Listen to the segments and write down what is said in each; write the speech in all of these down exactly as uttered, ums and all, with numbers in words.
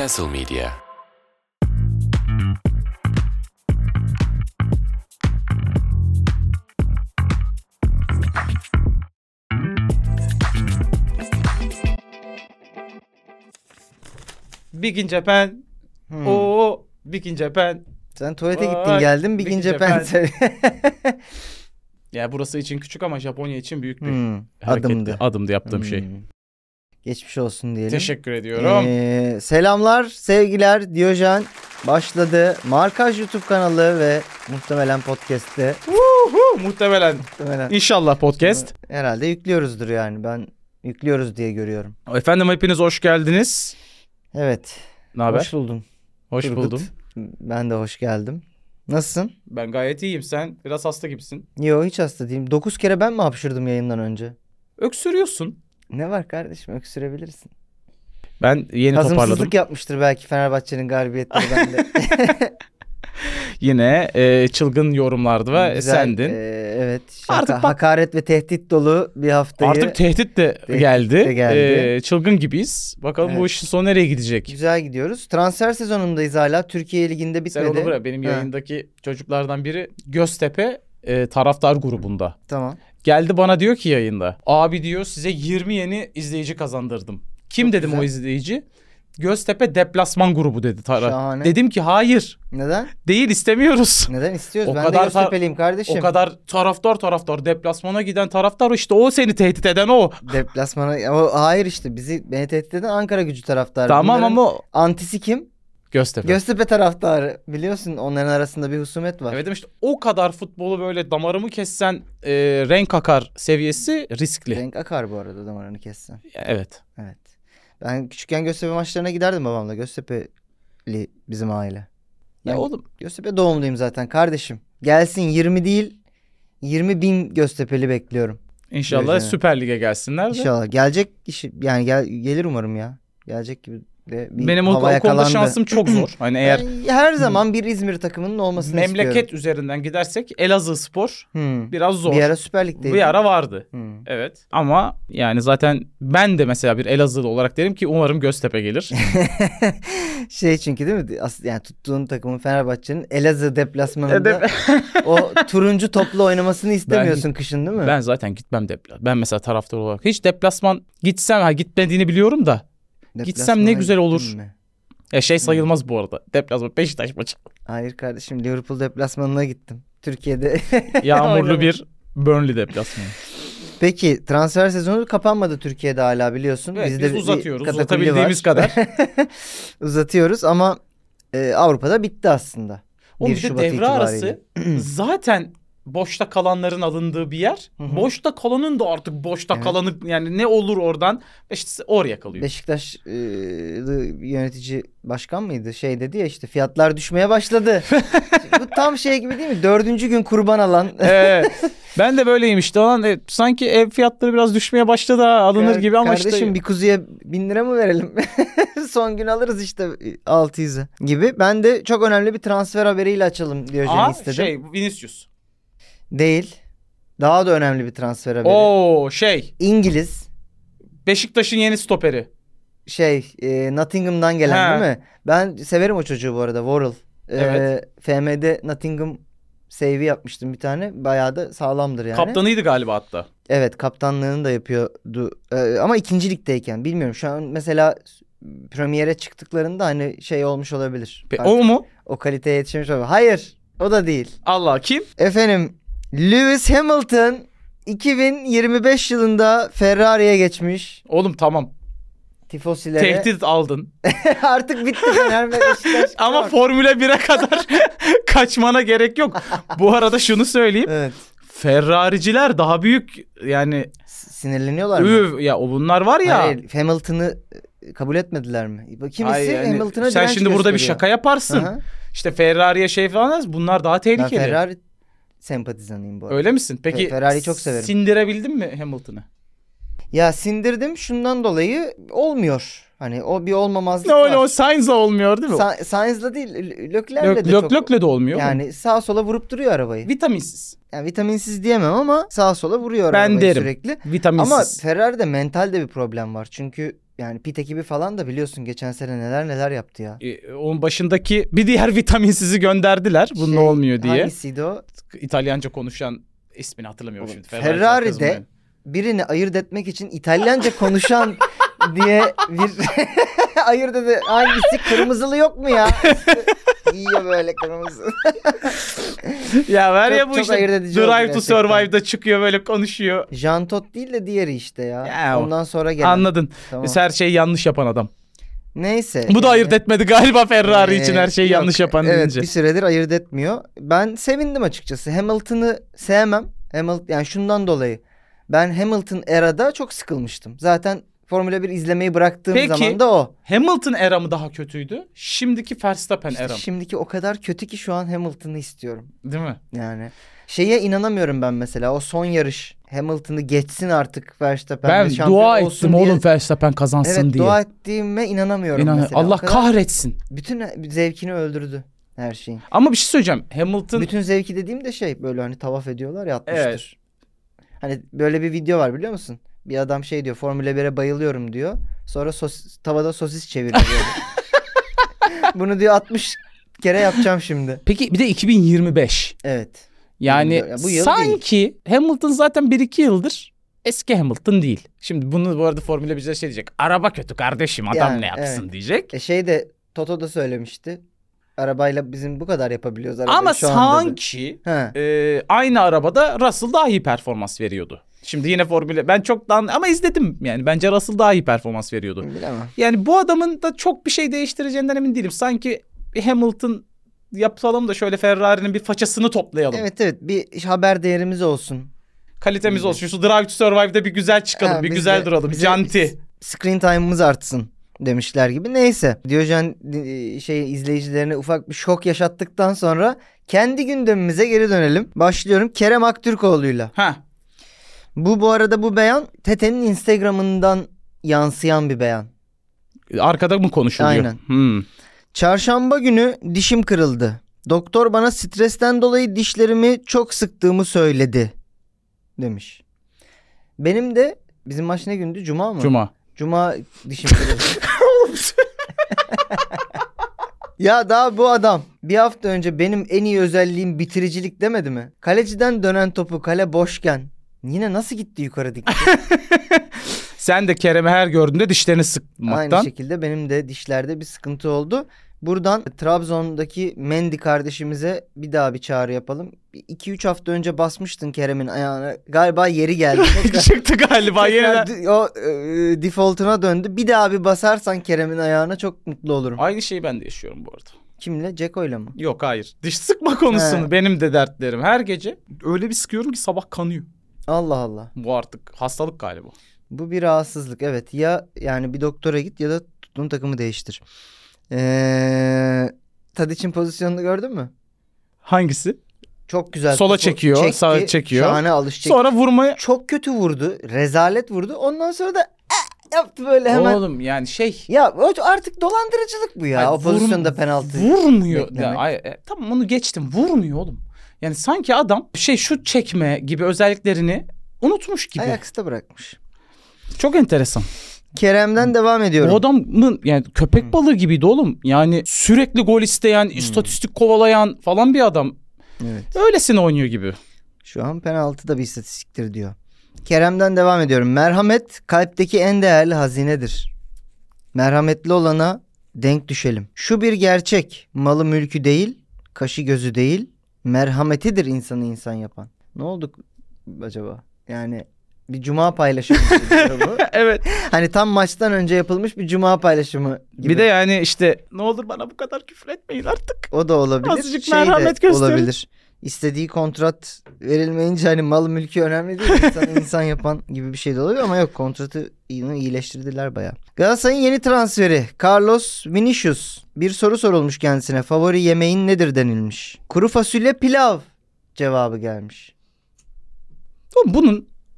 Castle Media. Big in Japan. Hmm. Oo, Big in Japan. Sen tuvalete Aa, gittin geldin Big in Japan. Ya burası için küçük ama Japonya için büyük bir hmm. hareketli adımdı. adımdı yaptığım hmm. şey. Geçmiş olsun diyelim. Teşekkür ediyorum. Ee, selamlar, sevgiler. Diyojen başladı. Markaj YouTube kanalı ve muhtemelen podcast'te. Uhu, muhtemelen. muhtemelen. İnşallah podcast. Herhalde yüklüyoruzdur yani. Ben yüklüyoruz diye görüyorum. Efendim hepiniz hoş geldiniz. Evet. Ne haber? Hoş buldum. Hoş Turgut. buldum. Ben de hoş geldim. Nasılsın? Ben gayet iyiyim. Sen biraz hasta gibisin. Yok hiç hasta değilim. Dokuz kere ben mi hapşırdım yayından önce? Öksürüyorsun. Ne var kardeşim, öksürebilirsin. Ben yeni toparladım. Hazımsızlık yapmıştır belki Fenerbahçe'nin galibiyetleri bende. Yine e, çılgın yorumlardı ve Güzel, sendin. E, evet. Şaka, Artık bak, hakaret ve tehdit dolu bir haftayı. Artık tehdit de tehdit geldi. De geldi. E, çılgın gibiyiz. Bakalım evet. Bu işin sonu nereye gidecek? Güzel gidiyoruz. Transfer sezonundayız hala. Türkiye Ligi'nde bitmedi. Sen onu bırak. Benim ha. yayındaki çocuklardan biri Göztepe e, taraftar grubunda. Tamam. Geldi bana diyor ki yayında. Abi diyor size yirmi yeni izleyici kazandırdım. Kim Çok dedim güzel. O izleyici? Göztepe deplasman grubu dedi. Şahane. Dedim ki hayır. Neden? Değil istemiyoruz. Neden istiyoruz? O ben kadar de Göztepe'liyim kardeşim. O kadar taraftar taraftar deplasmana giden taraftar işte o seni tehdit eden o. Deplasmana o hayır işte bizi beni tehdit eden Ankara Gücü taraftarı. Tamam Bunların ama antisi kim? Göztepe. Göztepe taraftarı. Biliyorsun onların arasında bir husumet var. Evet işte o kadar futbolu böyle damarımı kessen e, renk akar seviyesi riskli. Renk akar bu arada damarını kessen. Evet. Evet. Ben küçükken Göztepe maçlarına giderdim babamla. Göztepe'li bizim aile. Ben ya oğlum. Göztepe doğumluyum zaten kardeşim. Gelsin yirmi değil yirmi bin Göztepe'li bekliyorum. İnşallah Göztepe. Süper Lig'e gelsinler de. İnşallah. Gelecek işi yani gel, gelir umarım ya. Gelecek gibi. Benim o, o konuda şansım çok zor. Hani eğer yani her zaman bir İzmir takımının olmasını memleket istiyorum. Memleket üzerinden gidersek Elazığspor hmm. biraz zor. Bir ara Süper Lig'deydi. Bir ara vardı. Hmm. Evet. Ama yani zaten ben de mesela bir Elazığlı olarak derim ki umarım Göztepe gelir. şey çünkü değil mi? Yani tuttuğun takımın Fenerbahçe'nin Elazığ deplasmanında o turuncu toplu oynamasını istemiyorsun ben, kışın değil mi? Ben zaten gitmem deplasman. Ben mesela taraftar olarak hiç deplasman gitsem ha gitmediğini biliyorum da. Deplasmana gitsem ne güzel olur. Ya şey sayılmaz hmm. bu arada. Deplasman Beşiktaş maçı. Hayır kardeşim Liverpool deplasmanına gittim. Türkiye'de. Yağmurlu bir Burnley deplasmanı. Peki transfer sezonu kapanmadı Türkiye'de hala biliyorsun. Evet, Bizde biz uzatıyoruz. Uzatabildiğimiz kadar. Uzatıyoruz ama e, Avrupa'da bitti aslında. O bir de devre arası zaten boşta kalanların alındığı bir yer. Hı hı. Boşta kalanın da artık boşta evet. kalanı yani ne olur oradan işte oraya kalıyor. Beşiktaş e, yönetici başkan mıydı? Şey dedi ya işte fiyatlar düşmeye başladı. Bu tam şey gibi değil mi? Dördüncü gün kurban alan. Evet. Ben de böyleyim işte. Olan, e, sanki ev fiyatları biraz düşmeye başladı ha, alınır Kar- gibi ama kardeşim, işte. Kardeşim bir kuzuya bin lira mı verelim? Son gün alırız işte altı yüze gibi. Ben de çok önemli bir transfer haberiyle açalım Diyojen'i istedim. Şey Vinicius. Değil. Daha da önemli bir transfer haberi. Oo şey. İngiliz. Beşiktaş'ın yeni stoperi. Şey e, Nottingham'dan gelen He. değil mi? Ben severim o çocuğu bu arada. Worrell. Evet. E, F M'de Nottingham save'i yapmıştım bir tane. Bayağı da sağlamdır yani. Kaptanıydı galiba hatta. Evet kaptanlığını da yapıyordu. E, ama ikinci ligdeyken bilmiyorum. Şu an mesela Premier'e çıktıklarında hani şey olmuş olabilir. Pe- o mu? O kaliteye yetişmiş olabilir. Hayır. O da değil. Allah kim? Efendim Lewis Hamilton iki bin yirmi beş yılında Ferrari'ye geçmiş. Oğlum tamam. Tifosilere. Tehdit aldın. Artık bitti Fener Beşiktaş. Ama Formula bire kadar kaçmana gerek yok. Bu arada şunu söyleyeyim. Evet. Ferrariciler daha büyük yani. Sinirleniyorlar Üv, mı? Ya o bunlar var ya. Hayır, Hamilton'ı kabul etmediler mi? Kimisi yani, Hamilton'a sen şimdi burada gösteriyor. Bir şaka yaparsın. Aha. İşte Ferrari'ye şey falan bunlar daha tehlikeli. Ben Ferrari sempatizanıyım bu arada. Öyle misin? Peki Ferrari'yi çok severim. Sindirebildin mi Hamilton'ı? Ya sindirdim şundan dolayı olmuyor. Hani o bir olmamazlık ne var. öyle o Sainz'la olmuyor değil mi? Sa- Sainz'la değil, Leclerc'le Lök, de çok. Leclerc'le de olmuyor. Yani mu? Sağa sola vurup duruyor arabayı. Vitaminsiz. Yani vitaminsiz diyemem ama sağa sola vuruyor ben arabayı derim, sürekli. Vitaminsiz. Ama Ferrari'de mentalde bir problem var. Çünkü yani pit ekibi falan da biliyorsun geçen sene neler neler yaptı ya. Ee, onun başındaki bir diğer vitaminsizi gönderdiler. Bunun şey, olmuyor diye. Hangisiydi o? İtalyanca konuşan, ismini hatırlamıyorum Oğlum, şimdi. Ferrari'de birini ayırt etmek için İtalyanca konuşan diye bir ayırt dedi. Hangisi? Kırmızılı yok mu ya? Yiyor böyle kırmızı. Ya var çok, ya bu işte Drive to Survive'da çıkıyor böyle konuşuyor. Jean Todt değil de diğeri işte ya. ya Ondan sonra gelen. Anladın. Tamam. Biz her şeyi yanlış yapan adam. Neyse. Bu da yani ayırt etmedi galiba Ferrari ee, için her şeyi yok, yanlış yapan evet, deyince. Evet, bir süredir ayırt etmiyor. Ben sevindim açıkçası. Hamilton'ı sevmem. Hamilton yani şundan dolayı. Ben Hamilton erada çok sıkılmıştım. Zaten Formula bir izlemeyi bıraktığım Peki, zaman da o. Hamilton era mı daha kötüydü? Şimdiki Verstappen işte era mı? Şimdiki o kadar kötü ki şu an Hamilton'ı istiyorum. Değil mi? Yani şeye inanamıyorum ben mesela. O son yarış Hamilton'ı geçsin artık Verstappen. Ben dua ettim diye. Oğlum Verstappen kazansın evet, diye. Evet dua ettiğime inanamıyorum İnan- mesela. Allah kahretsin. Bütün zevkini öldürdü her şeyin. Ama bir şey söyleyeceğim. Hamilton... Bütün zevki dediğim de şey böyle hani tavaf ediyorlar ya atmıştır. Evet. Hani böyle bir video var biliyor musun? Bir adam şey diyor Formula bire bayılıyorum diyor. Sonra sos, tavada sosis çeviriyor. Bunu diyor altmış kere yapacağım şimdi. Peki bir de iki bin yirmi beş. Evet. Yani ya, bu yıl sanki değil. Hamilton zaten bir iki yıldır eski Hamilton değil. Şimdi bunu bu arada Formula bir'de şey diyecek. Araba kötü kardeşim adam yani, ne yapsın evet. diyecek. E şey de Toto da söylemişti. Arabayla bizim bu kadar yapabiliyoruz arabayı ama şu sanki e, aynı arabada Russell daha iyi performans veriyordu. Şimdi yine Formula ben çoktan ama izledim yani bence Russell daha iyi performans veriyordu. Bilemem. Yani bu adamın da çok bir şey değiştireceğinden emin değilim. Sanki bir Hamilton yapalım da şöyle Ferrari'nin bir façasını toplayalım. Evet evet bir haber değerimiz olsun. Kalitemiz olsun. Şu Drive to Survive'da bir güzel çıkalım, ha, bir güzel de, duralım. Canti. Screen time'ımız artsın demişler gibi. Neyse. Diyojen şey izleyicilerine ufak bir şok yaşattıktan sonra kendi gündemimize geri dönelim. Başlıyorum Kerem Aktürkoğlu'yla. Ha. Bu bu arada bu beyan Tete'nin Instagram'ından yansıyan bir beyan. Arkada mı konuşuluyor? Aynen. Hmm. Çarşamba günü dişim kırıldı. Doktor bana stresten dolayı dişlerimi çok sıktığımı söyledi demiş. Benim de bizim maç ne gündü? Cuma mı? Cuma. Cuma dişim kırıldı. Ya daha bu adam bir hafta önce benim en iyi özelliğim bitiricilik demedi mi? Kaleciden dönen topu kale boşken yine nasıl gitti yukarı dikti? Sen de Kerem'i her gördüğünde dişlerini sıkmaktan. Aynı şekilde benim de dişlerde bir sıkıntı oldu. Buradan Trabzon'daki Mendy kardeşimize bir daha bir çağrı yapalım. iki üç hafta önce basmıştın Kerem'in ayağına. Galiba yeri geldi. Çıktı galiba yeniden. O e, defaultuna döndü. Bir daha bir basarsan Kerem'in ayağına çok mutlu olurum. Aynı şeyi ben de yaşıyorum bu arada. Kimle? Ceko'yla mı? Yok hayır. Diş sıkma konusunu He. benim de dertlerim. Her gece öyle bir sıkıyorum ki sabah kanıyor. Allah Allah. Bu artık hastalık galiba. Bu bir rahatsızlık evet. Ya yani bir doktora git ya da tuttuğun takımı değiştir. Ee, Tadiç'in pozisyonunu gördün mü? Hangisi? Çok güzel. Sola çekiyor, çekti, sağa çekiyor. Şahane alış çekti. Sonra vurmaya... Çok kötü vurdu. Rezalet vurdu. Ondan sonra da eh, yaptı böyle hemen. Oğlum yani şey... Ya artık dolandırıcılık bu ya. Hayır, o pozisyonda vurm- penaltı. Vurmuyor. Ya, ay, e, tamam onu geçtim. Vurmuyor oğlum. Yani sanki adam şey şut çekme gibi özelliklerini unutmuş gibi. Ayaküstü bırakmış. Çok enteresan. Kerem'den devam ediyorum. O adamın yani köpek hmm. balığı gibiydi oğlum. Yani sürekli gol isteyen, hmm. istatistik kovalayan falan bir adam. Evet. Öylesine oynuyor gibi. Şu an penaltı da bir istatistiktir diyor. Kerem'den devam ediyorum. Merhamet kalpteki en değerli hazinedir. Merhametli olana denk düşelim. Şu bir gerçek. Malı mülkü değil, kaşı gözü değil, merhametidir insanı insan yapan. Ne oldu acaba? Yani bir cuma paylaşımı bu. Evet. Hani tam maçtan önce yapılmış bir cuma paylaşımı gibi. Bir de yani işte ne olur bana bu kadar küfür etmeyin artık. O da olabilir. Azıcık şey merhamet gösterin. Olabilir. İstediği kontrat verilmeyince hani mal mülkü önemli değil. İnsan, insan yapan gibi bir şey de olabilir ama yok kontratı iyileştirdiler bayağı. Galatasaray'ın yeni transferi Carlos Vinicius. Bir soru sorulmuş kendisine. Favori yemeğin nedir denilmiş. Kuru fasulye pilav cevabı gelmiş. Bunun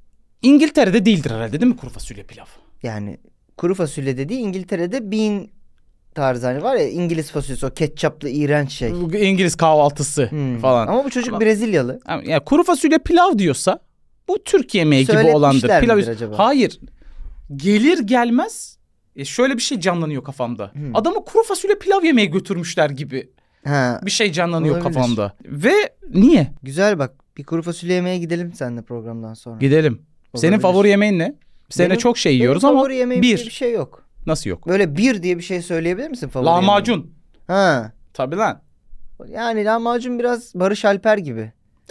İngiltere'de değildir herhalde değil mi kuru fasulye pilav? Yani kuru fasulye dediği İngiltere'de bean tarzı hani var ya, İngiliz fasulyesi, o ketçaplı iğrenç şey. İngiliz kahvaltısı hmm. falan. Ama bu çocuk ama, Brezilyalı. Yani kuru fasulye pilav diyorsa bu Türk yemeği gibi olandır. Pilav acaba? Hayır. Gelir gelmez e şöyle bir şey canlanıyor kafamda. Hmm. Adamı kuru fasulye pilav yemeğe götürmüşler gibi. Ha. Bir şey canlanıyor olabilir kafamda. Ve niye? Güzel bak. Bir kuru fasulye yemeye gidelim seninle programdan sonra. Gidelim. Olabilir. Senin favori yemeğin ne? Seninle çok şey yiyoruz ama favori yemeğim bir. bir şey yok. Nasıl yok? Böyle bir diye bir şey söyleyebilir misin favori lahmacun. Yemeğin? Ha. Tabii lan. Yani lahmacun biraz Barış Alper gibi.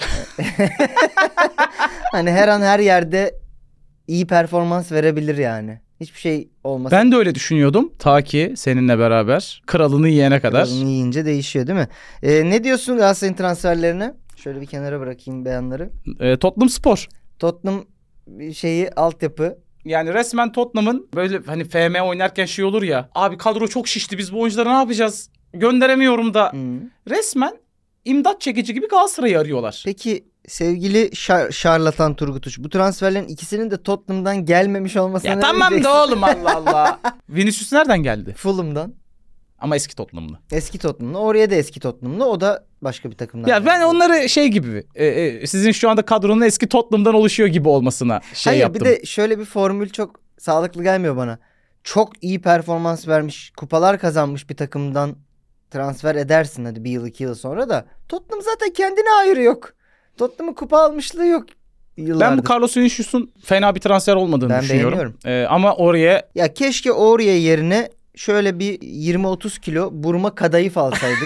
Hani her an her yerde iyi performans verebilir yani. Hiçbir şey olmasa. Ben de öyle düşünüyordum. Ta ki seninle beraber kralını yiyene kadar. Kralını yiyince değişiyor değil mi? Ee, ne diyorsun Galatasaray'ın transferlerine? Şöyle bir kenara bırakayım beyanları. Ee, Tottenham Spor. Tottenham şeyi altyapı. Yani resmen Tottenham'ın böyle hani F M oynarken şey olur ya. Abi kadro çok şişti, biz bu oyuncuları ne yapacağız? Gönderemiyorum da. Hmm. Resmen imdat çekici gibi Galatasaray'ı arıyorlar. Peki sevgili şar- şarlatan Turgut Uç, bu transferlerin ikisinin de Tottenham'dan gelmemiş olmasına ya ne tamam diyeceksin? Da oğlum Allah Allah. Vinicius nereden geldi? Fulham'dan. Ama eski Tottenham'lı. Eski Tottenham'lı. Oraya da eski Tottenham'lı. O da başka bir takımdan. Ya ben onları şey gibi e, e, sizin şu anda kadronun eski Tottenham'dan oluşuyor gibi olmasına şey Hayır, yaptım. Bir de şöyle bir formül çok sağlıklı gelmiyor bana. Çok iyi performans vermiş, kupalar kazanmış bir takımdan transfer edersin hadi bir yıl iki yıl sonra da. Tottenham zaten kendine hayırı yok. Tottenham'ın kupa almışlığı yok yıllardır. Ben bu Carlos Vinicius'un fena bir transfer olmadığını ben düşünüyorum. Ben beğeniyorum. Ee, ama oraya... Ya keşke oraya yerine şöyle bir yirmi otuz kilo burma kadayıf alsaydık.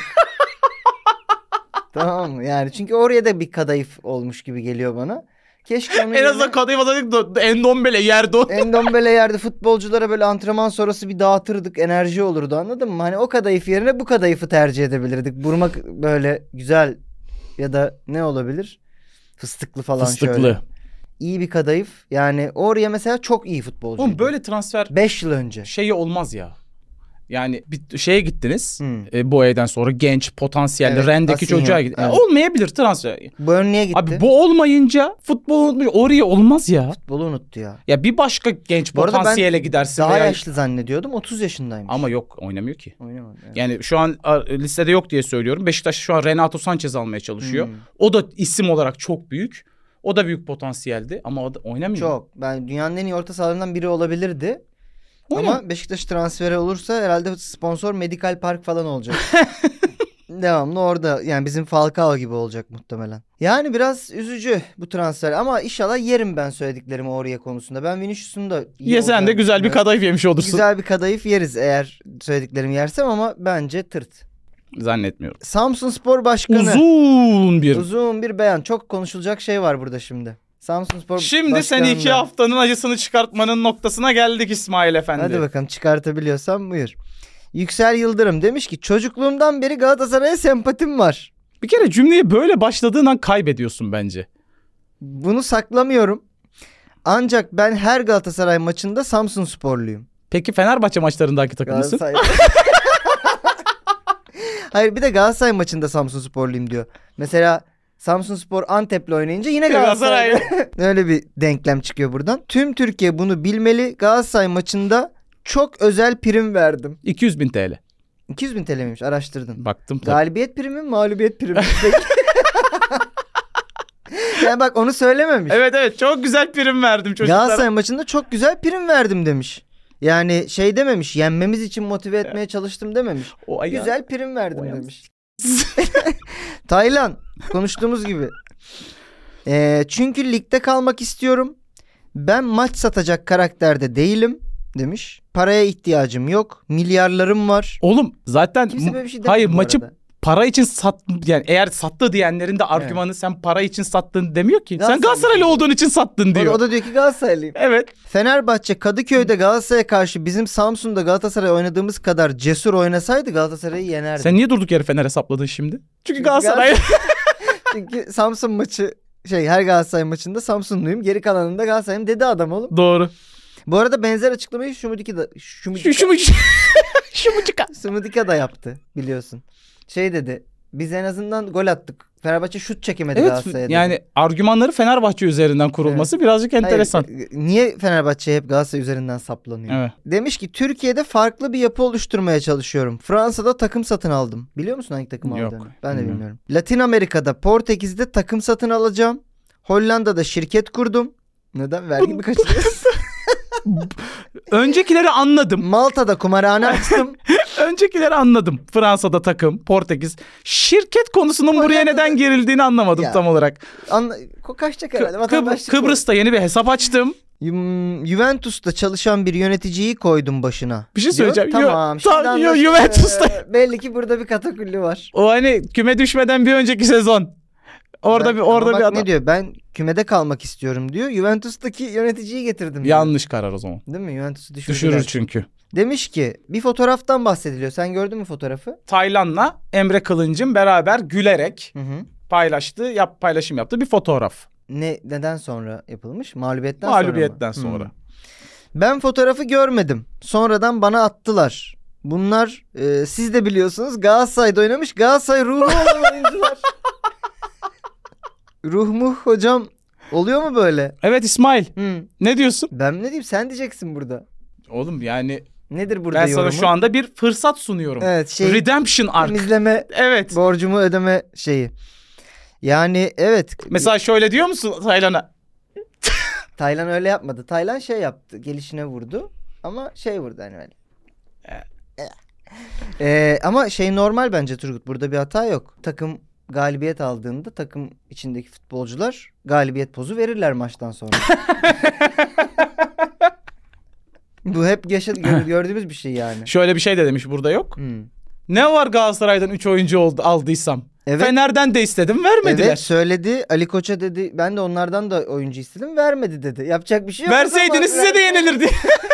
Tamam mı? Yani çünkü oraya da bir kadayıf olmuş gibi geliyor bana. Keşke onu en azından yerine... kadayıf alsaydık, Endombele yerdi o. Endombele yerdi. Futbolculara böyle antrenman sonrası bir dağıtırdık. Enerji olurdu, anladın mı? Hani o kadayıf yerine bu kadayıfı tercih edebilirdik. Burma böyle güzel ya da ne olabilir? Fıstıklı falan Fıstıklı. Şöyle. İyi bir kadayıf. Yani oraya mesela çok iyi futbolcu. Oğlum böyle transfer beş yıl önce. Şeyi olmaz ya. Yani bir şeye gittiniz hmm. e, bu aydan sonra genç potansiyelli evet, Rennes'deki çocuğa gitti. Evet. Olmayabilir transfer. Burnley'e gitti. Abi bu olmayınca futbol unutmuş. Oraya olmaz ya. Futbolu unuttu ya. Ya bir başka genç bu potansiyele gidersin. Daha veya... yaşlı zannediyordum. otuz yaşındaymış. Ama yok, oynamıyor ki. Oynamadı. Evet. Yani şu an listede yok diye söylüyorum. Beşiktaş şu an Renato Sanchez almaya çalışıyor. Hmm. O da isim olarak çok büyük. O da büyük potansiyeldi ama o da oynamıyor. Çok. Ben dünyanın en iyi orta sahalarından biri olabilirdi. Oyna. Ama Beşiktaş transferi olursa herhalde sponsor Medical Park falan olacak. Devamlı orada. Yani bizim Falcao gibi olacak muhtemelen. Yani biraz üzücü bu transfer. Ama inşallah yerim ben söylediklerimi oraya konusunda. Ben Vinicius'un da... Yesen de güzel bir kadayıf yemiş olursun. Güzel bir kadayıf yeriz eğer söylediklerimi yersem ama bence tırt. Zannetmiyorum. Samsunspor Başkanı. Uzun bir... Uzun bir beyan. Çok konuşulacak şey var burada şimdi. Samsunspor Şimdi sen iki haftanın acısını çıkartmanın noktasına geldik İsmail Efendi. Hadi bakalım, çıkartabiliyorsan buyur. Yüksel Yıldırım demiş ki çocukluğumdan beri Galatasaray'a sempatim var. Bir kere cümleyi böyle başladığın an kaybediyorsun bence. Bunu saklamıyorum. Ancak ben her Galatasaray maçında Samsunsporluyum. Peki Fenerbahçe maçlarındaki takımısın? Hayır, bir de Galatasaray maçında Samsunsporluyum diyor. Mesela Samsunspor Antep'le oynayınca yine Galatasaray. Öyle bir denklem çıkıyor buradan. Tüm Türkiye bunu bilmeli. Galatasaray maçında çok özel prim verdim. iki yüz bin T L. iki yüz bin T L miymiş? Araştırdın. Baktım tabii. Galibiyet primi mi, mağlubiyet primi mi? Yani bak, onu söylememiş. Evet evet, çok güzel prim verdim çocuklara. Galatasaray maçında çok güzel prim verdim demiş. Yani şey dememiş, yenmemiz için motive etmeye çalıştım dememiş. O güzel prim verdim o demiş. Taylan, konuştuğumuz gibi. Ee, çünkü ligde kalmak istiyorum. Ben maç satacak karakterde değilim demiş. Paraya ihtiyacım yok. Milyarlarım var. Oğlum zaten kimse böyle bir şey hayır maçı arada. Para için sat, yani eğer sattı diyenlerin de argümanı evet. Sen para için sattın demiyor ki. Galatasaray sen Galatasaraylı olduğun için sattın diyor. O da, o da diyor ki Galatasaraylıyım. Evet. Fenerbahçe Kadıköy'de Galatasaray'a karşı bizim Samsun'da Galatasaray oynadığımız kadar cesur oynasaydı Galatasaray'ı yenerdi. Sen niye durduk yere Fener hesapladın şimdi? Çünkü, Çünkü Galatasaray. Çünkü Samsun maçı şey her Galatasaray maçında Samsunluyum. Geri kalanında Galatasaray'ım dedi adam oğlum. Doğru. Bu arada benzer açıklamayı Şumudika Şumudika Şumudika Şumudika Şumudika da yaptı biliyorsun. Şey dedi. Biz en azından gol attık. Fenerbahçe şut çekemedi Evet Galatasaray'a. yani argümanları Fenerbahçe üzerinden kurulması evet. birazcık enteresan. Hayır, niye Fenerbahçe hep Galatasaray üzerinden saplanıyor? Evet. Demiş ki Türkiye'de farklı bir yapı oluşturmaya çalışıyorum. Fransa'da takım satın aldım. Biliyor musun hangi takım aldığını? Yok. Ben de Bilmiyorum. bilmiyorum. Latin Amerika'da, Portekiz'de takım satın alacağım. Hollanda'da şirket kurdum. Neden? Vergi mi kaçırıyorsun? Öncekileri anladım. Malta'da kumarhane açtım. Öncekileri anladım. Fransa'da takım, Portekiz. Şirket konusunun buraya Hollanda'da... neden gerildiğini anlamadım ya, tam olarak. Anla... Kaçacak herhalde. Kıbr- Kıbrıs'ta yeni bir hesap açtım. Ju- Juventus'ta çalışan bir yöneticiyi koydum başına. Bir şey söyleyeceğim. Diyor, tamam. Ju- tam, Ju- Juventus'ta. Belli ki burada bir katakulli var. O hani küme düşmeden bir önceki sezon. Orada ben, bir orada bak bir adam. Ne diyor? Ben kümede kalmak istiyorum diyor. Juventus'taki yöneticiyi getirdim diyor. Yanlış karar o zaman. Değil mi? Juventus'u düşürdüler. Düşürür çünkü. Demiş ki bir fotoğraftan bahsediliyor. Sen gördün mü fotoğrafı? Taylan'la Emre Kılınç'ın beraber gülerek Hı hı. paylaştığı, yap paylaşım yaptığı bir fotoğraf. Ne neden sonra yapılmış? Mağlubiyetten, Mağlubiyetten sonra. sonra. Hmm. Ben fotoğrafı görmedim. Sonradan bana attılar. Bunlar e, siz de biliyorsunuz Galatasaray'da oynamış Galatasaray ruhu olan oyuncular. Ruh mu hocam? Oluyor mu böyle? Evet İsmail. Hı. Ne diyorsun? Ben ne diyeyim? Sen diyeceksin burada. Oğlum yani nedir burada ben yorumu? sana şu anda bir fırsat sunuyorum. Evet, şey, Redemption arc. Temizleme, evet. Borcumu ödeme şeyi. Yani evet. Mesela şöyle diyor musun Taylan'a? Taylan öyle yapmadı. Taylan şey yaptı. Gelişine vurdu. Ama şey vurdu hani öyle. ee, ama şey normal bence Turgut. Burada bir hata yok. Takım galibiyet aldığında takım içindeki futbolcular galibiyet pozu verirler maçtan sonra. Bu hep yaşadı, gördüğümüz bir şey yani. Şöyle bir şey de demiş burada yok. Hmm. Ne var Galatasaray'dan üç oyuncu oldu, aldıysam? Evet. Fener'den de istedim, vermediler. Evet söyledi. Ali Koç'a dedi ben de onlardan da oyuncu istedim, vermedi dedi. Yapacak bir şey yok. Verseydiniz size de yenilirdi.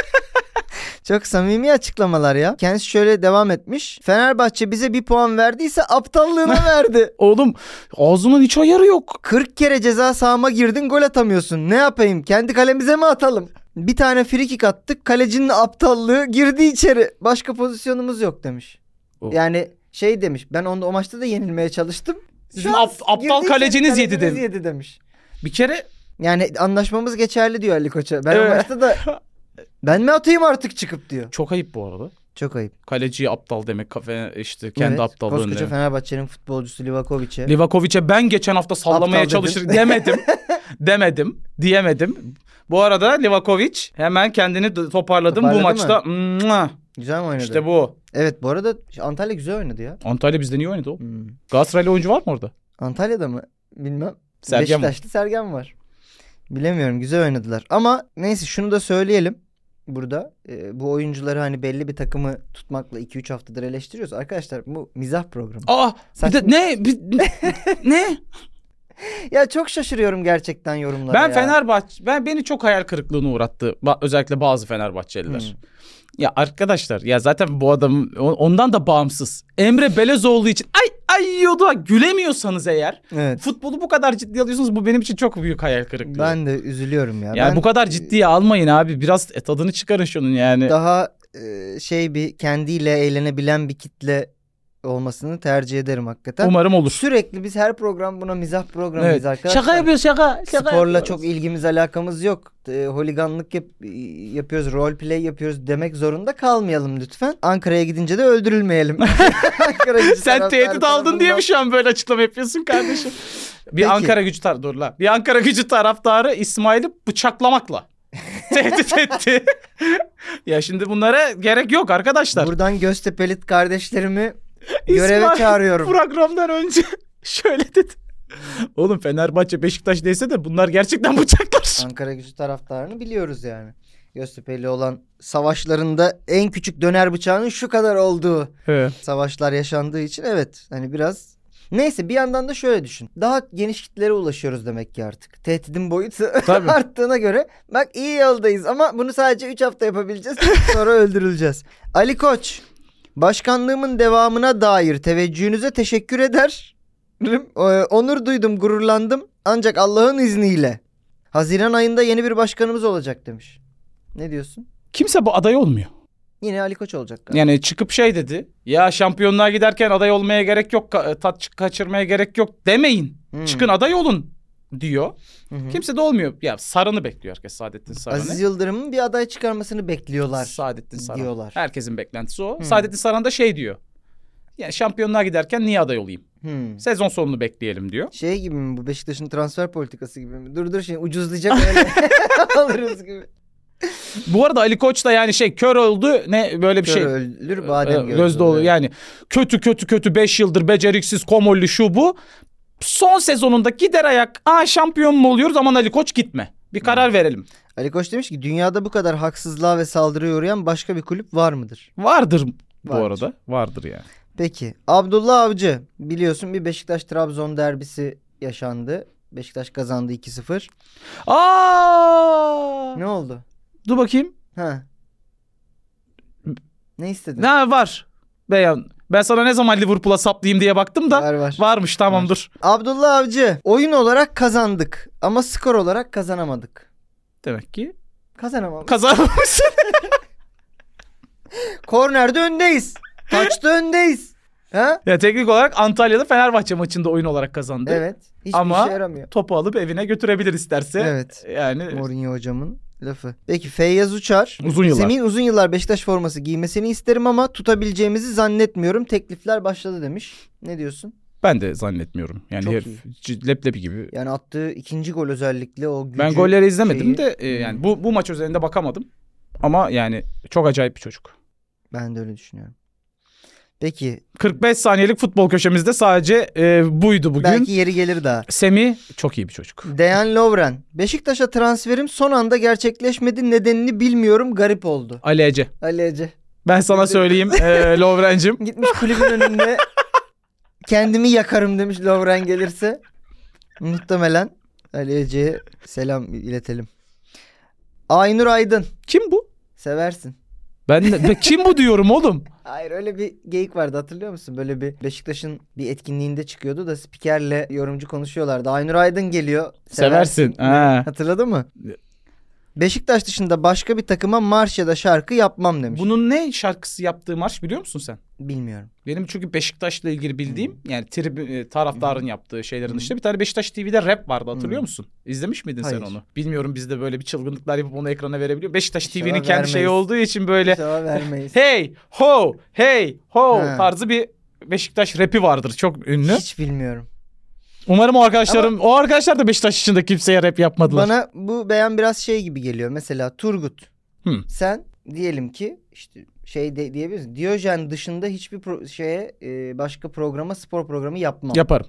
Çok samimi açıklamalar ya. Kendisi şöyle devam etmiş. Fenerbahçe bize bir puan verdiyse aptallığına verdi. Oğlum ağzımın hiç ayarı yok. kırk kere ceza sahama girdin, gol atamıyorsun. Ne yapayım? Kendi kalemize mi atalım? Bir tane free kick attık. Kalecinin aptallığı girdi içeri. Başka pozisyonumuz yok demiş. Oh. Yani şey demiş. Ben onda o maçta da yenilmeye çalıştım. Sizin ap, aptal kaleciniz yedi demiş. yedi demiş. Bir kere yani anlaşmamız geçerli diyor Ali Koç'a. Ben evet. o maçta da ben mi atayım artık çıkıp diyor. Çok ayıp bu arada. Çok ayıp. Kaleciyi aptal demek, kafe işte kendi evet, aptallığını. Koskoca Fenerbahçe'nin futbolcusu Livakovic'e. Livakovic'e ben geçen hafta sallamaya çalışır demedim. demedim. Diyemedim. Bu arada Livakovic hemen kendini toparladım Toparladı bu maçta. Mua. Güzel mi oynadı? İşte bu. Evet bu arada Antalya güzel oynadı ya. Antalya bizden iyi oynadı o. Hmm. Galatasaraylı oyuncu var mı orada? Antalya'da mı? Bilmem. Sergen Beşiktaşlı Sergen var. Bilemiyorum, güzel oynadılar. Ama neyse şunu da söyleyelim. Burada e, bu oyuncuları hani belli bir takımı tutmakla iki üç haftadır eleştiriyoruz. Arkadaşlar bu mizah programı. Aa Saçma. bir de ne? Bir, ne? Ya çok şaşırıyorum gerçekten yorumlara Ben ya. Fenerbahçe ben beni çok hayal kırıklığına uğrattı. Ba- özellikle bazı Fenerbahçeliler. Hmm. Ya arkadaşlar ya zaten bu adam ondan da bağımsız. Emre Belezoğlu için ay ay yiyordu. Gülemiyorsanız eğer. Evet. Futbolu bu kadar ciddi alıyorsunuz. Bu benim için çok büyük hayal kırıklığı. Ben de üzülüyorum ya. Yani ben, bu kadar ciddiye almayın abi. Biraz tadını çıkarın şunun yani. Daha e, şey bir kendiyle eğlenebilen bir kitle olmasını tercih ederim hakikaten. Umarım olur. Sürekli biz her program buna mizah programıyız evet. Arkadaşlar. Şaka yapıyoruz şaka. şaka Sporla yapıyoruz. çok ilgimiz alakamız yok. E, holiganlık yap, yapıyoruz, role play yapıyoruz demek zorunda kalmayalım lütfen. Ankara'ya gidince de öldürülmeyelim. Sen tehdit aldın diye mi şu an böyle açıklama yapıyorsun kardeşim? Bir Peki. Ankara gücü tar dur la. Bir Ankara gücü taraftarı İsmail'i bıçaklamakla tehdit etti. Ya şimdi bunlara gerek yok arkadaşlar. Buradan Göztepe'li kardeşlerimi göreve İsmail çağırıyorum. Programdan önce şöyle dedi. Oğlum Fenerbahçe Beşiktaş değilse de bunlar gerçekten bıçaklar. Ankara gücü taraftarını biliyoruz yani. Göztepe'li olan savaşlarında en küçük döner bıçağının şu kadar olduğu evet. Savaşlar yaşandığı için evet hani biraz. Neyse bir yandan da şöyle düşün. Daha geniş kitlere ulaşıyoruz demek ki artık. Tehdidin boyutu arttığına göre bak iyi yoldayız ama bunu sadece üç hafta yapabileceğiz. Sonra öldürüleceğiz. Ali Koç, başkanlığımın devamına dair teveccühünüze teşekkür eder. Onur duydum, gururlandım. Ancak Allah'ın izniyle Haziran ayında yeni bir başkanımız olacak demiş. Ne diyorsun? Kimse bu aday olmuyor. Yine Ali Koç olacak galiba. Yani çıkıp şey dedi. Ya şampiyonluğa giderken aday olmaya gerek yok. ka- Tat kaçırmaya gerek yok demeyin. Hmm. Çıkın aday olun diyor. Hı hı. Kimse de olmuyor. Ya Saran'ı bekliyor herkes, Saadettin Saran'ı. Aziz Yıldırım'ın bir aday çıkarmasını bekliyorlar. Saadettin Saran. diyorlar. Herkesin beklentisi o. Hmm. Saadettin Saran da şey diyor. Yani şampiyonluğa giderken niye aday olayım? Hmm. Sezon sonunu bekleyelim diyor. Şey gibi mi bu, Beşiktaş'ın transfer politikası gibi mi? Dur dur şimdi ucuzlayacak öyle alırız gibi. Bu arada Ali Koç da yani şey kör oldu ne böyle bir Kör şey. ölür badem Ee, gözlü. Gözde olur. Yani kötü kötü kötü beş yıldır beceriksiz, komolli şu bu. Son sezonunda gider ayak. Aa şampiyon mu oluyoruz? Aman Ali Koç gitme. Bir karar Hmm. verelim. Ali Koç demiş ki dünyada bu kadar haksızlığa ve saldırıya uğrayan başka bir kulüp var mıdır? Vardır bu Vardır. arada. Vardır yani. Peki Abdullah Avcı, biliyorsun bir Beşiktaş-Trabzon derbisi yaşandı. Beşiktaş kazandı iki sıfır. Aa! Ne oldu? Dur bakayım. Ha. Ne istedin? Ne var? Beyan. Ben sana ne zaman Liverpool'a saplayayım diye baktım da Var var. varmış, tamam Var. dur. Abdullah Avcı, oyun olarak kazandık ama skor olarak kazanamadık. Demek ki Kazanamadık. kazanmışsın. Kornerde öndeyiz. Taçta öndeyiz. Ha? Ya teknik olarak Antalya'da Fenerbahçe maçında oyun olarak kazandı. Evet. Hiçbir Ama işe yaramıyor. topu alıp evine götürebilir isterse. Evet. Yani Mourinho hocamın lafı. Peki Feyyaz Uçar. uzun yıllar. Semih'in uzun yıllar Beşiktaş forması giymesini isterim ama tutabileceğimizi zannetmiyorum. Teklifler başladı demiş. Ne diyorsun? Ben de zannetmiyorum. Yani Çok herif c- leblebi gibi. Yani attığı ikinci gol özellikle o gücü. Ben golleri izlemedim şeyi- de e, yani bu bu maç üzerinde bakamadım. Ama yani çok acayip bir çocuk. Ben de öyle düşünüyorum. Peki kırk beş saniyelik futbol köşemizde sadece e, buydu bugün. belki yeri gelir daha. Semih çok iyi bir çocuk. Dejan Lovren. Beşiktaş'a transferim son anda gerçekleşmedi. Nedenini bilmiyorum. Garip oldu. Ali Ece. Ali Ece. Ben sana söyleyeyim e, Lovren'cim. Gitmiş kulübün önünde kendimi yakarım demiş Lovren gelirse. Muhtemelen Ali Ece'ye selam iletelim. Aynur Aydın. Kim bu? Seversin. Ben de, ben kim bu diyorum oğlum? Hayır, öyle bir geyik vardı, hatırlıyor musun? Böyle bir Beşiktaş'ın bir etkinliğinde çıkıyordu da spikerle yorumcu konuşuyorlardı. Aynur Aydın geliyor. Seversin. Ha. Hatırladın mı? Beşiktaş dışında başka bir takıma marş ya da şarkı yapmam demiş. Bunun ne şarkısı yaptığı marş biliyor musun sen? Bilmiyorum. Benim çünkü Beşiktaş'la ilgili bildiğim yani tribü, e, taraftarın yaptığı şeylerin dışında bir tane Beşiktaş T V'de rap vardı, hatırlıyor Hmm. musun? İzlemiş miydin Hayır. sen onu? Bilmiyorum, biz de böyle bir çılgınlıklar yapıp onu ekrana verebiliyor. Beşiktaş İnşallah T V'nin kendi vermeyiz. şeyi olduğu için böyle Cevap vermeyiz. hey ho hey ho Ha. tarzı bir Beşiktaş rapi vardır, çok ünlü. Hiç bilmiyorum. Umarım o arkadaşlarım o arkadaşlar da Beşiktaş dışında kimseye rap yapmadılar. Bana bu beyan biraz şey gibi geliyor. Mesela Turgut. Hı. Sen diyelim ki işte şey de, diyebiliriz. Diyojen dışında hiçbir pro- şeye e, başka programa, spor programı yapmam. Yaparım.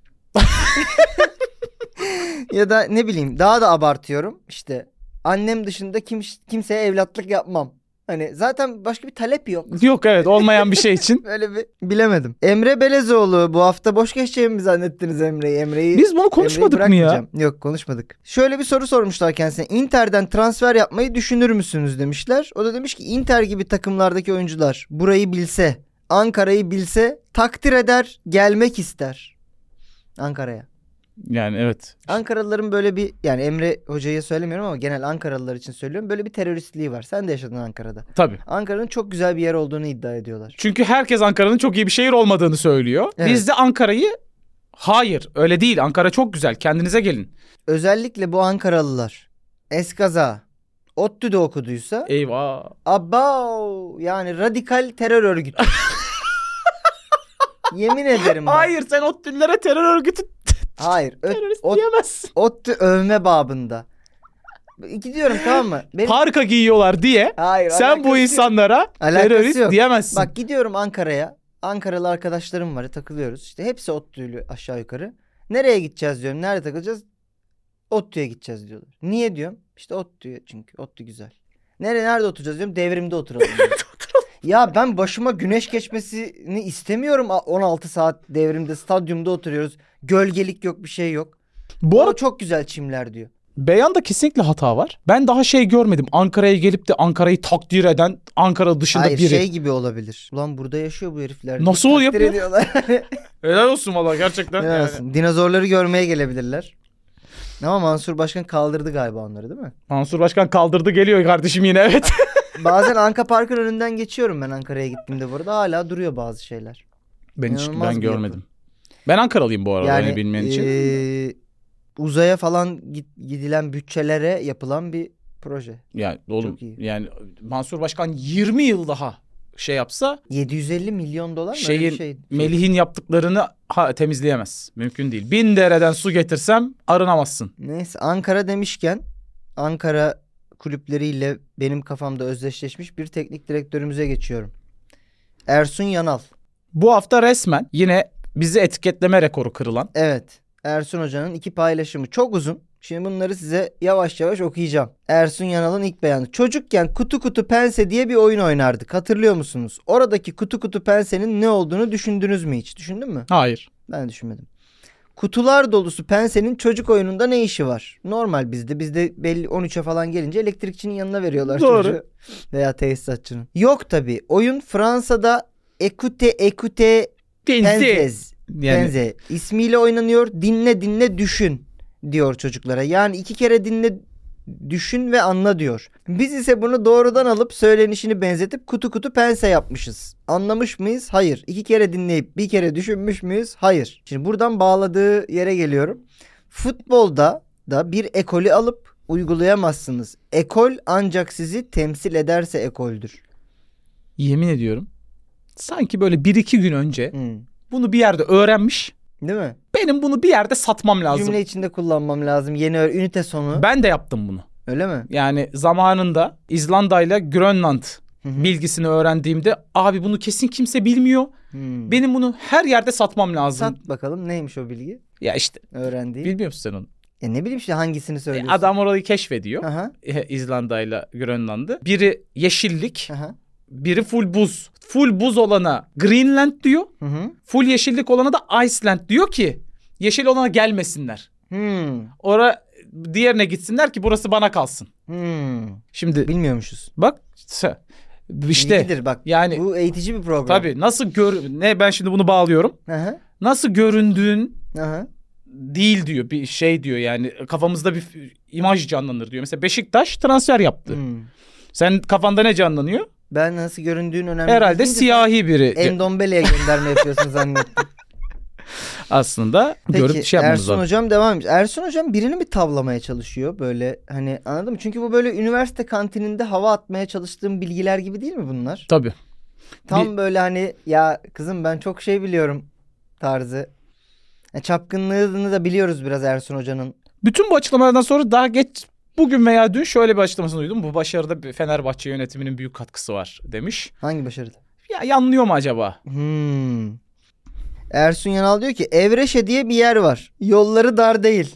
Ya da ne bileyim, daha da abartıyorum. İşte annem dışında kim, kimseye evlatlık yapmam. Hani zaten başka bir talep yok. Yok, evet, olmayan bir şey için. Böyle bir bilemedim. Emre Belezoğlu, bu hafta boş geçeceğimi mi zannettiniz Emre'yi? Emre'yi Biz bunu konuşmadık Emre'yi mı ya? bırakmayacağım. Yok, konuşmadık. Şöyle bir soru sormuşlar kendisine. Inter'den transfer yapmayı düşünür müsünüz demişler. O da demiş ki Inter gibi takımlardaki oyuncular burayı bilse, Ankara'yı bilse takdir eder, gelmek ister. Ankara'ya. Yani evet. Ankaralıların böyle bir, yani Emre Hoca'ya söylemiyorum ama genel Ankaralılar için söylüyorum. Böyle bir teröristliği var. Sen de yaşadın Ankara'da. Tabii. Ankara'nın çok güzel bir yer olduğunu iddia ediyorlar. Çünkü herkes Ankara'nın çok iyi bir şehir olmadığını söylüyor. Evet. Biz de Ankara'yı hayır öyle değil, Ankara çok güzel, kendinize gelin. Özellikle bu Ankaralılar eskaza ODTÜ'de okuduysa Eyvah. abav, yani radikal terör örgütü. Yemin ederim bak. Hayır, sen ODTÜ'lülere terör örgütü Hayır. Ö- terörist Ot- diyemezsin. ODTÜ övme babında. Gidiyorum, tamam mı? Benim... Parka giyiyorlar diye Hayır, sen alakası bu yok. insanlara Alakası terörist yok. diyemezsin. Bak gidiyorum Ankara'ya. Ankaralı arkadaşlarım var, takılıyoruz. İşte hepsi ODTÜ'lü aşağı yukarı. Nereye gideceğiz diyorum. Nerede takılacağız? ODTÜ'ye gideceğiz diyorlar. Niye diyorum? İşte ODTÜ'ye, çünkü ODTÜ güzel. Nereye nerede oturacağız diyorum. Devrimde oturalım. Ya ben başıma güneş geçmesini istemiyorum. on altı saat devrimde, stadyumda oturuyoruz. Gölgelik yok, bir şey yok. Bu Ama arada çok güzel çimler diyor. beyanda kesinlikle hata var. Ben daha şey görmedim. Ankara'ya gelip de Ankara'yı takdir eden Ankara dışında Hayır, biri. şey gibi olabilir. Ulan burada yaşıyor bu herifler. Nasıl Takdir yapıyor? ediyorlar. Helal olsun valla gerçekten. Helal yani. olsun. Dinozorları görmeye gelebilirler. Ama Mansur Başkan kaldırdı galiba onları, değil mi? Mansur Başkan kaldırdı geliyor kardeşim yine, evet. bazen Anka Park'ın önünden geçiyorum ben Ankara'ya gittiğimde, burada hala duruyor bazı şeyler. Ben hiç İnanılmaz ben bir görmedim. Ben Ankaralıyım bu arada, Yani yani bilmeyen için. ee, uzaya falan git, gidilen bütçelere yapılan bir proje. Yani oğlum, Çok iyi. yani Mansur Başkan yirmi yıl daha şey yapsa yedi yüz elli milyon dolar mı? Öyle şeyin bir şey. Melih'in yaptıklarını ha, temizleyemez. Mümkün değil. Bin dereden su getirsem arınamazsın. Neyse, Ankara demişken Ankara kulüpleriyle benim kafamda özdeşleşmiş bir teknik direktörümüze geçiyorum. Ersun Yanal. Bu hafta resmen yine bizi etiketleme rekoru kırılan. Evet. Ersun Hoca'nın iki paylaşımı çok uzun. Şimdi bunları size yavaş yavaş okuyacağım. Ersun Yanal'ın ilk beyanı. Çocukken kutu kutu pense diye bir oyun oynardık. Hatırlıyor musunuz? Oradaki kutu kutu pensenin ne olduğunu düşündünüz mü hiç? Düşündün mü? Hayır. Ben düşünmedim. Kutular dolusu pensenin çocuk oyununda ne işi var? Normal bizde. Bizde belli on üçe falan gelince elektrikçinin yanına veriyorlar Doğru. çocuğu. Veya tesisatçının. Yok tabii. Oyun Fransa'da Ekute Ekute Penzez. Yani Penze ismiyle oynanıyor. Dinle dinle düşün diyor çocuklara. Yani iki kere dinle, düşün ve anla diyor. Biz ise bunu doğrudan alıp söylenişini benzetip kutu kutu pense yapmışız. Anlamış mıyız? Hayır. İki kere dinleyip bir kere düşünmüş müyüz? Hayır. Şimdi buradan bağladığı yere geliyorum. Futbolda da bir ekolü alıp uygulayamazsınız. Ekol ancak sizi temsil ederse ekoldür. yemin ediyorum sanki böyle bir iki gün önce Hmm. bunu bir yerde öğrenmiş. Değil mi? Benim bunu bir yerde satmam lazım. Cümle içinde kullanmam lazım. Yeni ö- ünite sonu. Ben de yaptım bunu. Öyle mi? Yani zamanında İzlanda ile Grönland Hı hı. bilgisini öğrendiğimde abi bunu kesin kimse bilmiyor. Hmm. Benim bunu her yerde satmam lazım. Sat bakalım neymiş o bilgi? Ya işte Öğrendiğin. bilmiyor musun sen onu? Ya ne bileyim işte hangisini E, söylüyorsun? Adam orayı keşfediyor. Aha, E, İzlanda ile Grönland'ı. Biri yeşillik, aha. biri full buz. Full buz olana Greenland diyor. Hı hı. Full yeşillik olana da Iceland diyor ki yeşil olana gelmesinler. Hmm. Ora diğerine gitsinler ki burası bana kalsın. Hmm. Şimdi Bilmiyormuşuz. bak işte Bilgidir bak. yani Bu eğitici bir program. tabii nasıl gör ne ben şimdi bunu bağlıyorum. Aha, Nasıl göründüğün aha. değil diyor, bir şey diyor, yani kafamızda bir imaj canlanır diyor. Mesela Beşiktaş transfer yaptı. Hmm. Sen kafanda ne canlanıyor? Ben nasıl göründüğün önemli. Herhalde değil. siyahi biri. Endombele'ye gönderme yapıyorsun zannettim. Aslında görüp Peki şey yapmamız Ersun lazım. Hocam devam etmiş. Ersun Hocam birini mi tavlamaya çalışıyor? Böyle hani anladın mı? Çünkü bu böyle üniversite kantininde hava atmaya çalıştığım bilgiler gibi değil mi bunlar? Tabii. Tam Bir- böyle hani ya kızım ben çok şey biliyorum tarzı. Ya çapkınlığını da biliyoruz biraz Ersun Hoca'nın. Bütün bu açıklamalardan sonra daha geç bugün veya dün şöyle bir açıklamasını duydum. Bu başarıda bir Fenerbahçe yönetiminin büyük katkısı var demiş. Hangi başarılı? Ya yanlıyor mu acaba? Hmm. Ersun Yanal diyor ki Evreşe diye bir yer var. Yolları dar değil.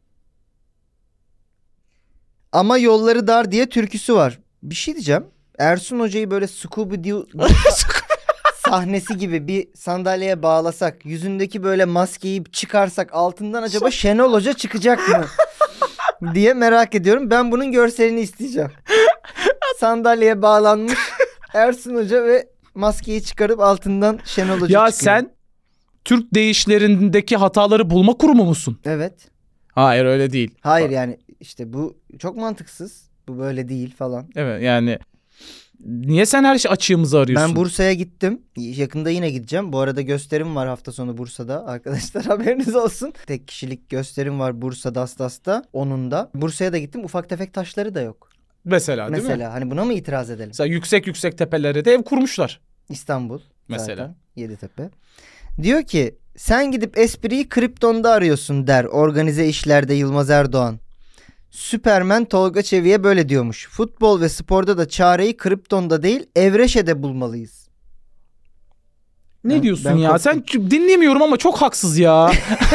Ama yolları dar diye türküsü var. Bir şey diyeceğim. Ersun Hoca'yı böyle Scooby-Doo sahnesi gibi bir sandalyeye bağlasak, yüzündeki böyle maskeyi çıkarsak altından acaba Şenol Hoca çıkacak mı diye merak ediyorum. Ben bunun görselini isteyeceğim. Sandalyeye bağlanmış Ersun Hoca ve maskeyi çıkarıp altından Şenol Hoca Ya çıkıyor. sen Türk deyişlerindeki hataları bulma kurumu musun? Evet. Hayır, öyle değil. Hayır yani işte bu çok mantıksız. Bu böyle değil falan. Evet, yani niye sen her şey açığımızı arıyorsun? Ben Bursa'ya gittim. Yakında yine gideceğim. Bu arada gösterim var hafta sonu Bursa'da. Arkadaşlar haberiniz olsun. Tek kişilik gösterim var Bursa Dastas'ta. Onun da. Bursa'ya da gittim. Ufak tefek taşları da yok. Mesela, değil mi? Mesela hani buna mı itiraz edelim? Mesela yüksek yüksek tepelere de ev kurmuşlar. İstanbul. Mesela. Zaten. Yeditepe. Diyor ki sen gidip espriyi kriptonda arıyorsun der organize işlerde Yılmaz Erdoğan. Süpermen Tolga Çevik'e böyle diyormuş. Futbol ve sporda da çareyi kriptonda değil Evreşe'de bulmalıyız. Ne Ben- diyorsun ben ya? korktum. Sen dinlemiyorum ama çok haksız ya.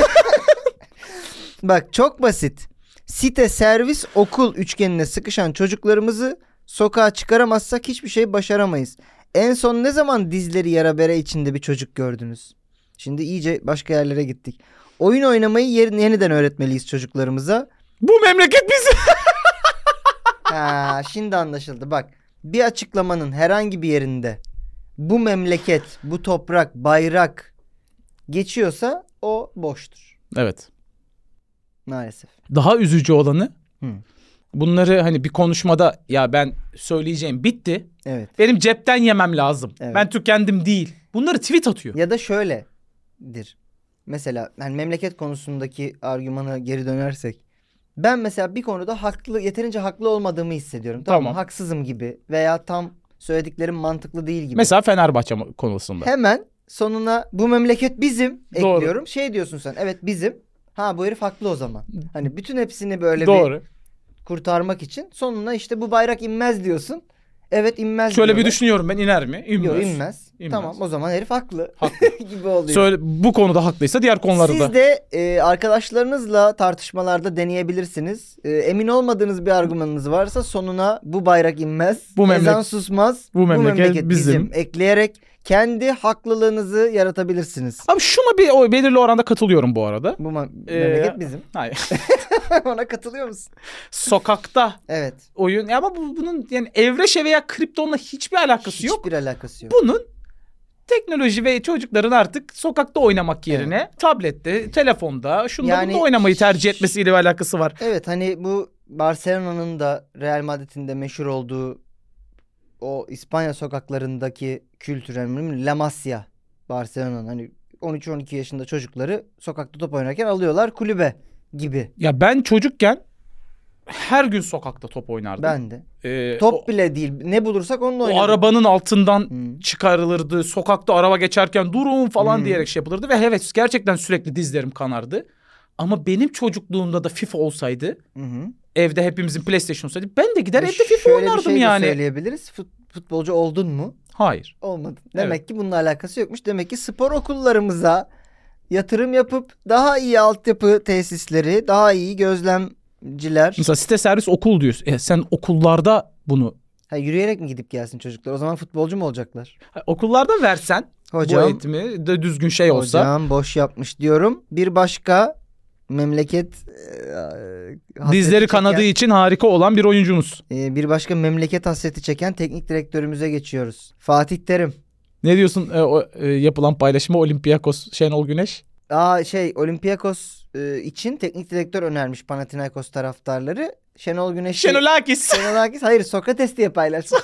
Bak çok basit. Site, servis, okul üçgenine sıkışan çocuklarımızı sokağa çıkaramazsak hiçbir şey başaramayız. En son ne zaman dizleri yara bere içinde bir çocuk gördünüz? Şimdi iyice başka yerlere gittik. Oyun oynamayı yer- yeniden öğretmeliyiz çocuklarımıza. Bu memleket bizim. Ha, şimdi anlaşıldı. Bak bir açıklamanın herhangi bir yerinde bu memleket, bu toprak, bayrak geçiyorsa o boştur. Evet. Maalesef. Daha üzücü olanı Hı. bunları hani bir konuşmada ya ben söyleyeceğim bitti. Evet. Benim cepten yemem lazım. Evet. Ben tükendim değil. Bunları tweet atıyor. Ya da şöyledir. Mesela yani memleket konusundaki argümana geri dönersek. Ben mesela bir konuda haklı, yeterince haklı olmadığımı hissediyorum. Tamam, Tamam. haksızım gibi veya tam söylediklerim mantıklı değil gibi. Mesela Fenerbahçe konusunda. Hemen sonuna bu memleket bizim Doğru. ekliyorum. Şey diyorsun sen, evet bizim. Ha bu herif haklı o zaman. Hani bütün hepsini böyle Doğru. bir kurtarmak için sonuna işte bu bayrak inmez diyorsun. Evet inmez Şöyle diyorlar. bir düşünüyorum ben, iner mi? İnmez. Yok inmez. İnmez. Tamam o zaman herif haklı. Haklı. gibi oluyor. Söyle, bu konuda haklıysa diğer konularda Siz da. de e, arkadaşlarınızla tartışmalarda deneyebilirsiniz. E, emin olmadığınız bir argümanınız varsa sonuna bu bayrak inmez, Bu memlek- ezan susmaz, bu memleket bizim. ekleyerek kendi haklılığınızı yaratabilirsiniz. Abi şuna bir o belirli oranda katılıyorum bu arada. Bu ma- Ee, memleket bizim. Hayır. Ona katılıyor musun? Sokakta Evet. oyun ya ama bu, bunun yani Evreşe veya Kripton'la hiçbir alakası yok. Hiçbir alakası yok. Bunun teknoloji ve çocukların artık sokakta oynamak yerine tablette, telefonda, şunda Yani- bunda oynamayı tercih etmesiyle bir alakası var. Evet hani bu Barcelona'nın da Real Madrid'in de meşhur olduğu o İspanya sokaklarındaki kültür, yani La Masia, Barcelona'nın hani on üç on iki yaşında çocukları sokakta top oynarken alıyorlar kulübe gibi. Ya ben çocukken her gün sokakta top oynardım. Ben de. Ee, Top o, bile değil. Ne bulursak onunla o oynadık. arabanın altından Hmm. çıkarılırdı. Sokakta araba geçerken durun falan Hmm. diyerek şey yapılırdı. Ve evet gerçekten sürekli dizlerim kanardı. Ama benim çocukluğumda da FIFA olsaydı, Hı hı. evde hepimizin PlayStation olsaydı ben de gider Ve evde FIFA şöyle bir oynardım şey de yani. söyleyebiliriz. Fut- futbolcu oldun mu? Hayır. Olmadın. Demek ki bununla alakası yokmuş. Demek ki spor okullarımıza yatırım yapıp daha iyi altyapı tesisleri, daha iyi gözlemciler. Mesela site servis okul diyorsun. E, sen okullarda bunu Ha, yürüyerek mi gidip gelsin çocuklar? O zaman futbolcu mu olacaklar? ha, okullarda versen bu Hocam, eğitimi de düzgün şey olsa. hocam boş yapmış diyorum. Bir başka memleket e, hasreti Dizleri çeken- kanadığı için harika olan bir oyuncumuz. e, bir başka memleket hasreti çeken teknik direktörümüze geçiyoruz. Fatih Terim. Ne diyorsun e, o e, yapılan paylaşıma Olympiakos Şenol Güneş? Aa şey Olympiakos e, için teknik direktör önermiş Panathinaikos taraftarları. Şenol Güneş'i... Şenolakis. Şenolakis hayır Sokrates diye paylaşmış.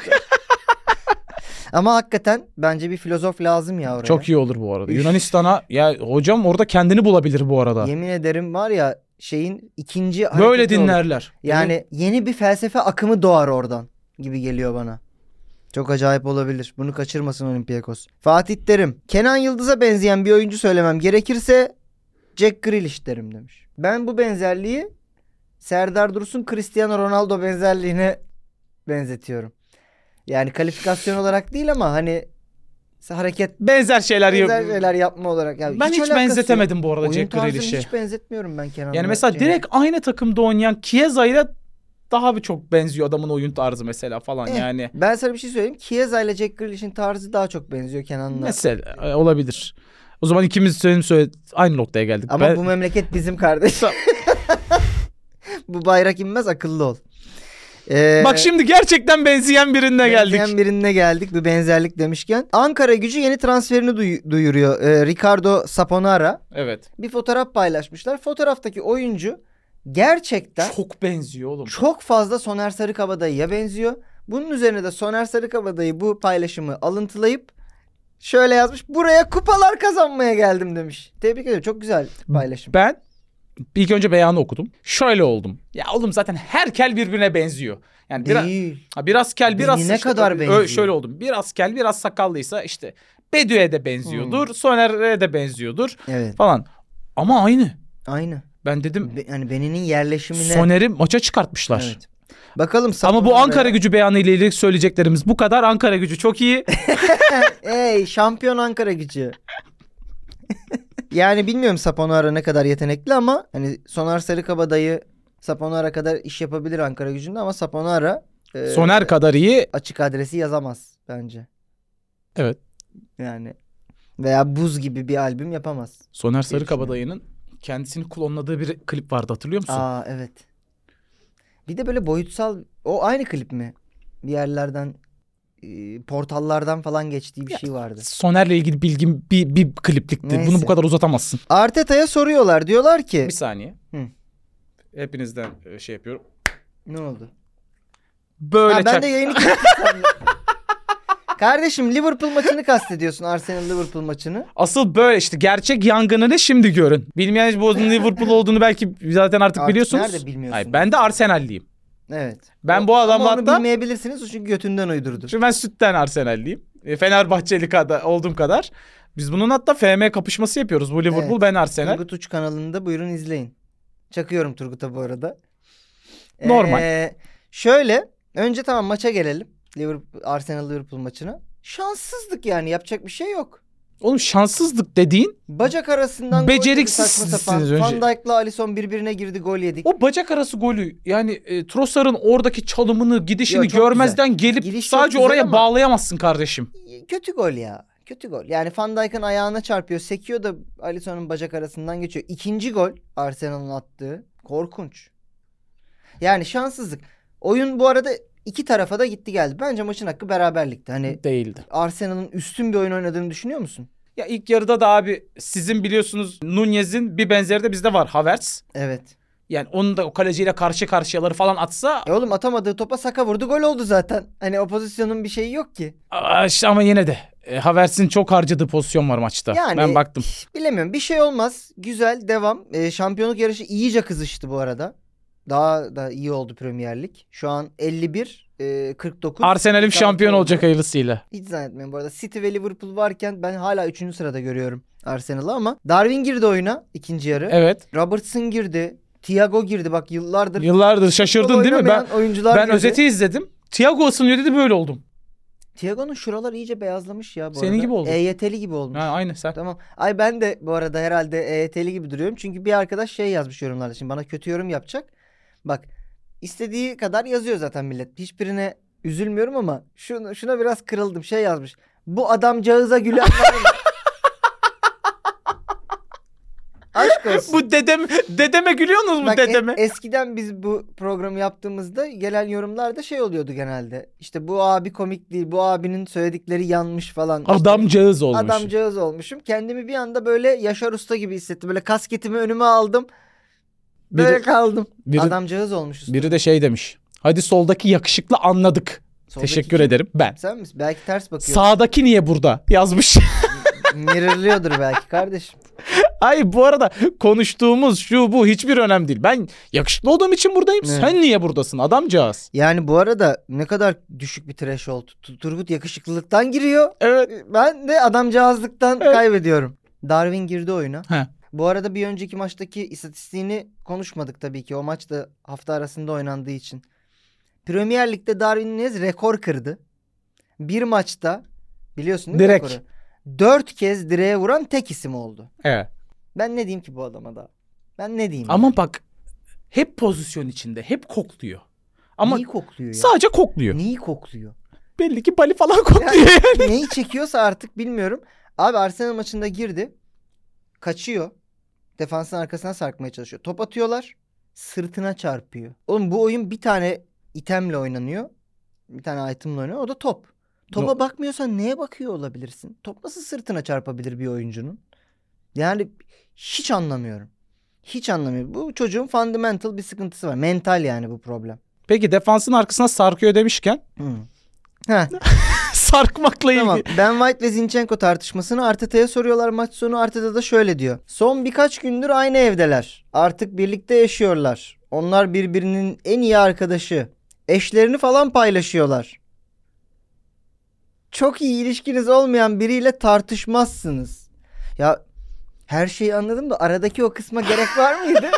Ama hakikaten bence bir filozof lazım ya oraya. Çok iyi olur bu arada. Üf. Yunanistan'a ya hocam orada kendini bulabilir bu arada. Yemin ederim var ya şeyin ikinci Böyle hareketi olur. dinlerler. Yani Evet. yeni bir felsefe akımı doğar oradan gibi geliyor bana. Çok acayip olabilir. Bunu kaçırmasın Olympiakos. Fatih Terim. Kenan Yıldız'a benzeyen bir oyuncu söylemem gerekirse Jack Grealish derim demiş. Ben bu benzerliği Serdar Dursun Cristiano Ronaldo benzerliğine benzetiyorum. Yani kalifikasyon olarak değil ama hani hareket benzer şeyler benzer yap- şeyler yapma olarak. Ya Ben hiç, alakası benzetemedim yok. bu arada Oyun Jack tarzını Grealish'i. hiç benzetmiyorum ben Kenan'la. Yani mesela Jack'i. direkt aynı takımda oynayan Chiesa ile daha bir çok benziyor adamın oyun tarzı mesela falan Eh, yani. Ben sana bir şey söyleyeyim. Chiesa ile Jack Grealish'in tarzı daha çok benziyor Kenan'la. Mesela e, olabilir. O zaman ikimiz söyleyeyim söyle aynı noktaya geldik. Ama Ben- bu memleket bizim kardeş. Bu bayrak inmez akıllı ol. Ee, Bak şimdi gerçekten benzeyen birine geldik. benzeyen birine geldik bir benzerlik demişken. Ankara Gücü yeni transferini duy- duyuruyor. Ee, Ricardo Saponara. Evet. Bir fotoğraf paylaşmışlar. Fotoğraftaki oyuncu gerçekten çok, Çok benziyor oğlum. fazla Soner Sarıkabadayı'ya benziyor. Bunun üzerine de Soner Sarıkabadayı bu paylaşımı alıntılayıp şöyle yazmış. Buraya kupalar kazanmaya geldim demiş. Tebrik ederim. Çok güzel paylaşım. Ben ilk önce beyanı okudum. Şöyle oldum. Ya oğlum zaten her kel birbirine benziyor. Yani biraz, Değil. ha, biraz kel biraz Beynine işte kadar ö- benziyor. ö- şöyle oldum. Biraz kel biraz sakallıysa işte Bedü'ye de benziyordur. Hmm. Soner'e de benziyordur Evet. falan. Ama aynı. Aynı. Ben dedim Be- yani Beninin yerleşimine. Soner'i maça çıkartmışlar. Evet. Bakalım. Ama bu Saponara'ya- Ankara Gücü beyanı ile ilgili söyleyeceklerimiz bu kadar. Ankara Gücü çok iyi. Ey şampiyon Ankara Gücü. Yani bilmiyorum Saponara ne kadar yetenekli ama hani Soner Sarıkabadayı Saponara kadar iş yapabilir Ankara Gücü'nde ama Saponara e, Soner kadar iyi. açık adresi yazamaz bence. Evet. Yani veya Buz gibi bir albüm yapamaz. Soner Sarıkabadayı'nın kendisini klonladığı bir klip vardı, hatırlıyor musun? Aa evet. Bir de böyle boyutsal o aynı klip mi? Bir yerlerden e, portallardan falan geçtiği bir Ya, şey vardı. Soner'le ilgili bilgim bir, bir kliplikti. Neyse. Bunu bu kadar uzatamazsın. Arteta'ya soruyorlar. Diyorlar ki Bir saniye. Hı. Hepinizden e, şey yapıyorum. Ne oldu? Böyle ha, ben çak. de yayını kestim sandım. Kardeşim Liverpool maçını kastediyorsun. Arsenal Liverpool maçını. Asıl böyle işte gerçek yangınını şimdi görün. Bilmeyen bu Liverpool olduğunu belki zaten artık, Artık biliyorsunuz. nerede bilmiyorsun? Hayır, ben de Arsenalliyim. Evet. Ben o, bu adamla ama onu hatta... bilmeyebilirsiniz çünkü götünden uydurdu. Şimdi ben sütten Arsenalliyim. E, Fenerbahçeli kadar, olduğum kadar. Biz bunun hatta F M kapışması yapıyoruz. Bu Liverpool, Evet. ben Arsenal. Turgut Uç kanalında buyurun izleyin. Çakıyorum Turgut'a bu arada. Normal. Ee, şöyle önce tamam maça gelelim. Liverpool, Arsenal Liverpool maçına. Şanssızlık yani, yapacak bir şey yok. Oğlum şanssızlık dediğin, Bacak arasından beceriksizsiniz gol yedi saçma sapan. önce. Van Dijk'la Alisson birbirine girdi, gol yedik. o bacak arası golü yani e, Trossard'ın oradaki çalımını, gidişini Yo, çok görmezden gelip Giriş çok sadece güzel oraya ama- bağlayamazsın kardeşim. Kötü gol ya. Kötü gol. Yani Van Dijk'ın ayağına çarpıyor, sekiyor da Alisson'un bacak arasından geçiyor. İkinci gol Arsenal'ın attığı. Korkunç. Yani şanssızlık. Oyun bu arada iki tarafa da gitti geldi. Bence maçın hakkı beraberlikti. Hani Değildi. Arsenal'ın üstün bir oyun oynadığını düşünüyor musun? Ya ilk yarıda da abi sizin biliyorsunuz Nunez'in bir benzeri de bizde var, Havertz. Evet. Yani onun da o kaleciyle karşı karşıyaları falan atsa E oğlum atamadığı topa Saka vurdu, gol oldu zaten. Hani o pozisyonun bir şeyi yok ki. aa, işte ama yine de e, Havertz'in çok harcadığı pozisyon var maçta. Yani Ben baktım. bilemiyorum, bir şey olmaz. Güzel, devam. E, şampiyonluk yarışı iyice kızıştı bu arada. Daha da iyi oldu Premier Lig. Şu an elli bir kırk dokuz. Arsenal'im şampiyon olacak hayırlısıyla. Hiç zannetmiyorum bu arada. City ve Liverpool varken ben hala üçüncü sırada görüyorum Arsenal'ı ama Darwin girdi oyuna ikinci yarı. Evet. Robertson girdi. Thiago girdi. Bak yıllardır Yıllardır şaşırdın değil mi? Ben oyuncular ben girdi. özeti izledim. Thiago ısınıyor dedi, böyle oldum. Thiago'nun şuralar iyice beyazlamış ya bu Senin arada. gibi oldu. E Y T'li gibi olmuş. Ha, aynı sen. Tamam. Ay ben de bu arada herhalde E Y T'li gibi duruyorum. Çünkü bir arkadaş şey yazmış yorumlarda. Şimdi bana kötü yorum yapacak. Bak istediği kadar yazıyor zaten millet. Hiçbirine üzülmüyorum ama şunu, şuna biraz kırıldım. Şey yazmış. Bu adamcağıza gülen var mı? Aşk olsun. Bu dedem dedeme gülüyorsunuz mu Bak, e- dedeme? eskiden biz bu programı yaptığımızda gelen yorumlarda şey oluyordu genelde. İşte bu abi komik değil. Bu abinin söyledikleri yanmış falan. İşte Adamcağız olmuş. adamcağız olmuşum. Kendimi bir anda böyle Yaşar Usta gibi hissettim. Böyle kasketimi önüme aldım. Böyle Biri- kaldım. biri- Adamcağız olmuşuz. Biri de şey demiş. Hadi soldaki yakışıklı anladık. Soldaki Teşekkür kim? ederim. Ben. Sen misin? Belki ters bakıyor. Sağdaki niye burada yazmış. Mirrorlıyordur belki kardeşim. Ay bu arada konuştuğumuz şu bu hiçbir önemli değil. Ben yakışıklı olduğum için buradayım. Evet. Sen niye buradasın adamcağız? Yani bu arada ne kadar düşük bir threshold. Tu- Turgut yakışıklılıktan giriyor. Evet. Ben de adamcağızlıktan Evet. kaybediyorum. Darwin girdi oyuna. He. Bu arada bir önceki maçtaki istatistiğini konuşmadık tabii ki. O maç da hafta arasında oynandığı için. Premier Lig'de Darwin Nunez rekor kırdı. Bir maçta biliyorsun değil mi Direkt. rekoru? Dört kez direğe vuran tek isim oldu. Evet. Ben ne diyeyim ki bu adama da? Ben ne diyeyim? Ama yani? bak hep pozisyon içinde. Hep kokluyor. Ama Neyi kokluyor ya? sadece kokluyor. Neyi kokluyor? Belli ki bali falan kokluyor yani. Neyi çekiyorsa artık bilmiyorum. Abi Arsenal maçında girdi. Kaçıyor. Defansın arkasına sarkmaya çalışıyor. Top atıyorlar. Sırtına çarpıyor. Oğlum bu oyun bir tane itemle oynanıyor. Bir tane itemle oynanıyor. O da top. Topa No. bakmıyorsan neye bakıyor olabilirsin? Top nasıl sırtına çarpabilir bir oyuncunun? Yani hiç anlamıyorum. Hiç anlamıyorum. Bu çocuğun fundamental bir sıkıntısı var. Mental yani bu problem. Peki defansın arkasına sarkıyor demişken Hı. Heh. sarkmakla ilgili. Tamam. Ben White ve Zinchenko tartışmasını Arteta'ya soruyorlar maç sonu. Arteta da şöyle diyor. Son birkaç gündür aynı evdeler. Artık birlikte yaşıyorlar. Onlar birbirinin en iyi arkadaşı. Eşlerini falan paylaşıyorlar. Çok iyi ilişkiniz olmayan biriyle tartışmazsınız. Ya her şeyi anladım da aradaki o kısma gerek var mıydı?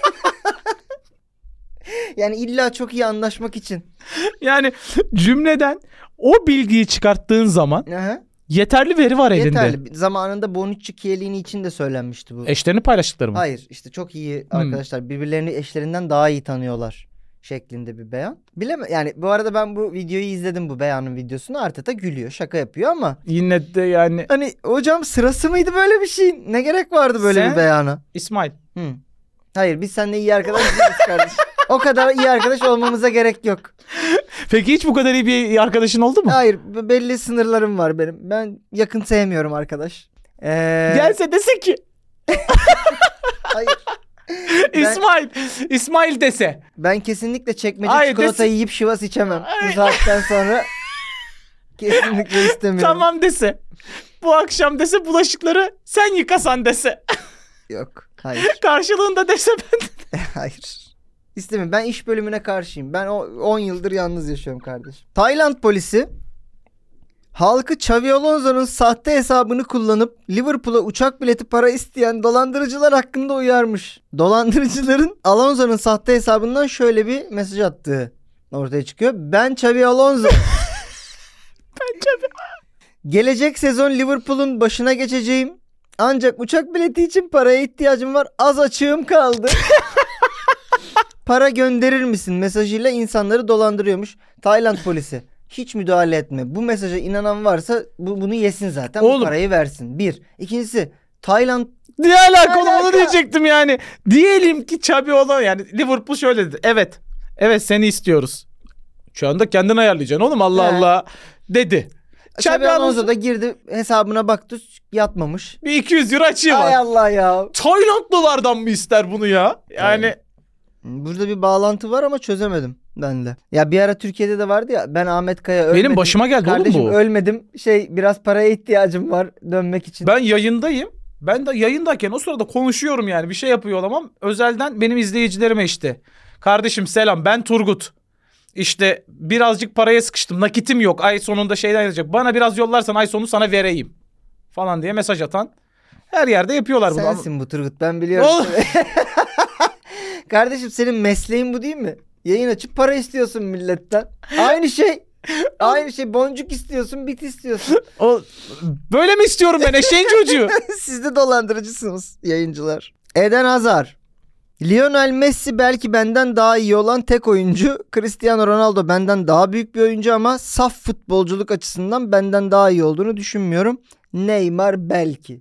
Yani illa çok iyi anlaşmak için. Yani cümleden o bilgiyi çıkarttığın zaman Aha. yeterli veri var elinde. Yeterli. Zamanında Bonucci Chiellini için de söylenmişti bu. Eşlerini paylaştıkları mı? Hayır işte çok iyi arkadaşlar birbirlerini eşlerinden daha iyi tanıyorlar şeklinde bir beyan. Bileme yani bu arada ben bu videoyu izledim, bu beyanın videosunu. Arteta gülüyor, şaka yapıyor ama Yine de yani hani hocam sırası mıydı böyle bir şeyin? Ne gerek vardı böyle Sen- bir beyana? İsmail. Hı. Hayır biz seninle iyi arkadaş değiliz kardeşim. O kadar iyi arkadaş olmamıza gerek yok. Peki hiç bu kadar iyi bir arkadaşın oldu mu? Hayır b- belli sınırlarım var benim. Ben yakın sevmiyorum arkadaş. Ee, Gelse dese ki. Hayır. İsmail. İsmail dese. Ben kesinlikle çekmece Hayır, çikolata desin- yiyip şivas içemem. Hayır. Bu saatten sonra kesinlikle istemiyorum. Tamam dese. Bu akşam dese bulaşıkları sen yıkasan dese. Yok. Hayır. Karşılığında dese ben de. Hayır. İstemiyorum. Ben iş bölümüne karşıyım. Ben o on yıldır yalnız yaşıyorum kardeşim. Tayland polisi halkı Xavi Alonso'nun sahte hesabını kullanıp Liverpool'a uçak bileti para isteyen dolandırıcılar hakkında uyarmış. Dolandırıcıların Alonso'nun sahte hesabından şöyle bir mesaj attığı ortaya çıkıyor. Ben Xavi Alonso. Ben Xavi. Gelecek sezon Liverpool'un başına geçeceğim. Ancak uçak bileti için paraya ihtiyacım var. Az açığım kaldı. Para gönderir misin mesajıyla insanları dolandırıyormuş. Tayland polisi. Hiç müdahale etme. Bu mesaja inanan varsa bu, bunu yesin zaten. Oğlum. Bu parayı versin. Bir. İkincisi Tayland. Ne alaka oğlum, alaka? onu diyecektim yani. Diyelim ki Xabi olan yani Liverpool şöyle dedi. Evet. Evet seni istiyoruz. Şu anda kendin ayarlayacaksın oğlum, Allah He. Allah dedi. Xabi Alonso da girdi hesabına baktı, yatmamış. Bir iki yüz euro açığı var. Ay Allah ya. Taylandlılardan mı ister bunu ya? Yani Burada bir bağlantı var ama çözemedim ben de. Ya bir ara Türkiye'de de vardı ya, ben Ahmet Kaya ölmedim. benim başıma geldi Kardeşim oğlum bu. ölmedim. Şey, biraz paraya ihtiyacım var dönmek için. Ben yayındayım. Ben de yayındayken o sırada konuşuyorum yani. Bir şey yapıyor olamam. Özelden benim izleyicilerime işte. Kardeşim selam, ben Turgut. İşte birazcık paraya sıkıştım. Nakitim yok. Ay sonunda şeyden yazacak. Bana biraz yollarsan ay sonu sana vereyim. Falan diye mesaj atan. Her yerde yapıyorlar bunu. Sensin bu Turgut, ben biliyorum. Oğlum. Kardeşim senin mesleğin bu değil mi? Yayın açıp para istiyorsun milletten. Aynı şey. Aynı şey. Boncuk istiyorsun, bit istiyorsun. O, böyle mi istiyorum ben eşeğin çocuğu? Siz de dolandırıcısınız yayıncılar. Eden Hazar. Lionel Messi belki benden daha iyi olan tek oyuncu. Cristiano Ronaldo benden daha büyük bir oyuncu ama saf futbolculuk açısından benden daha iyi olduğunu düşünmüyorum. Neymar belki.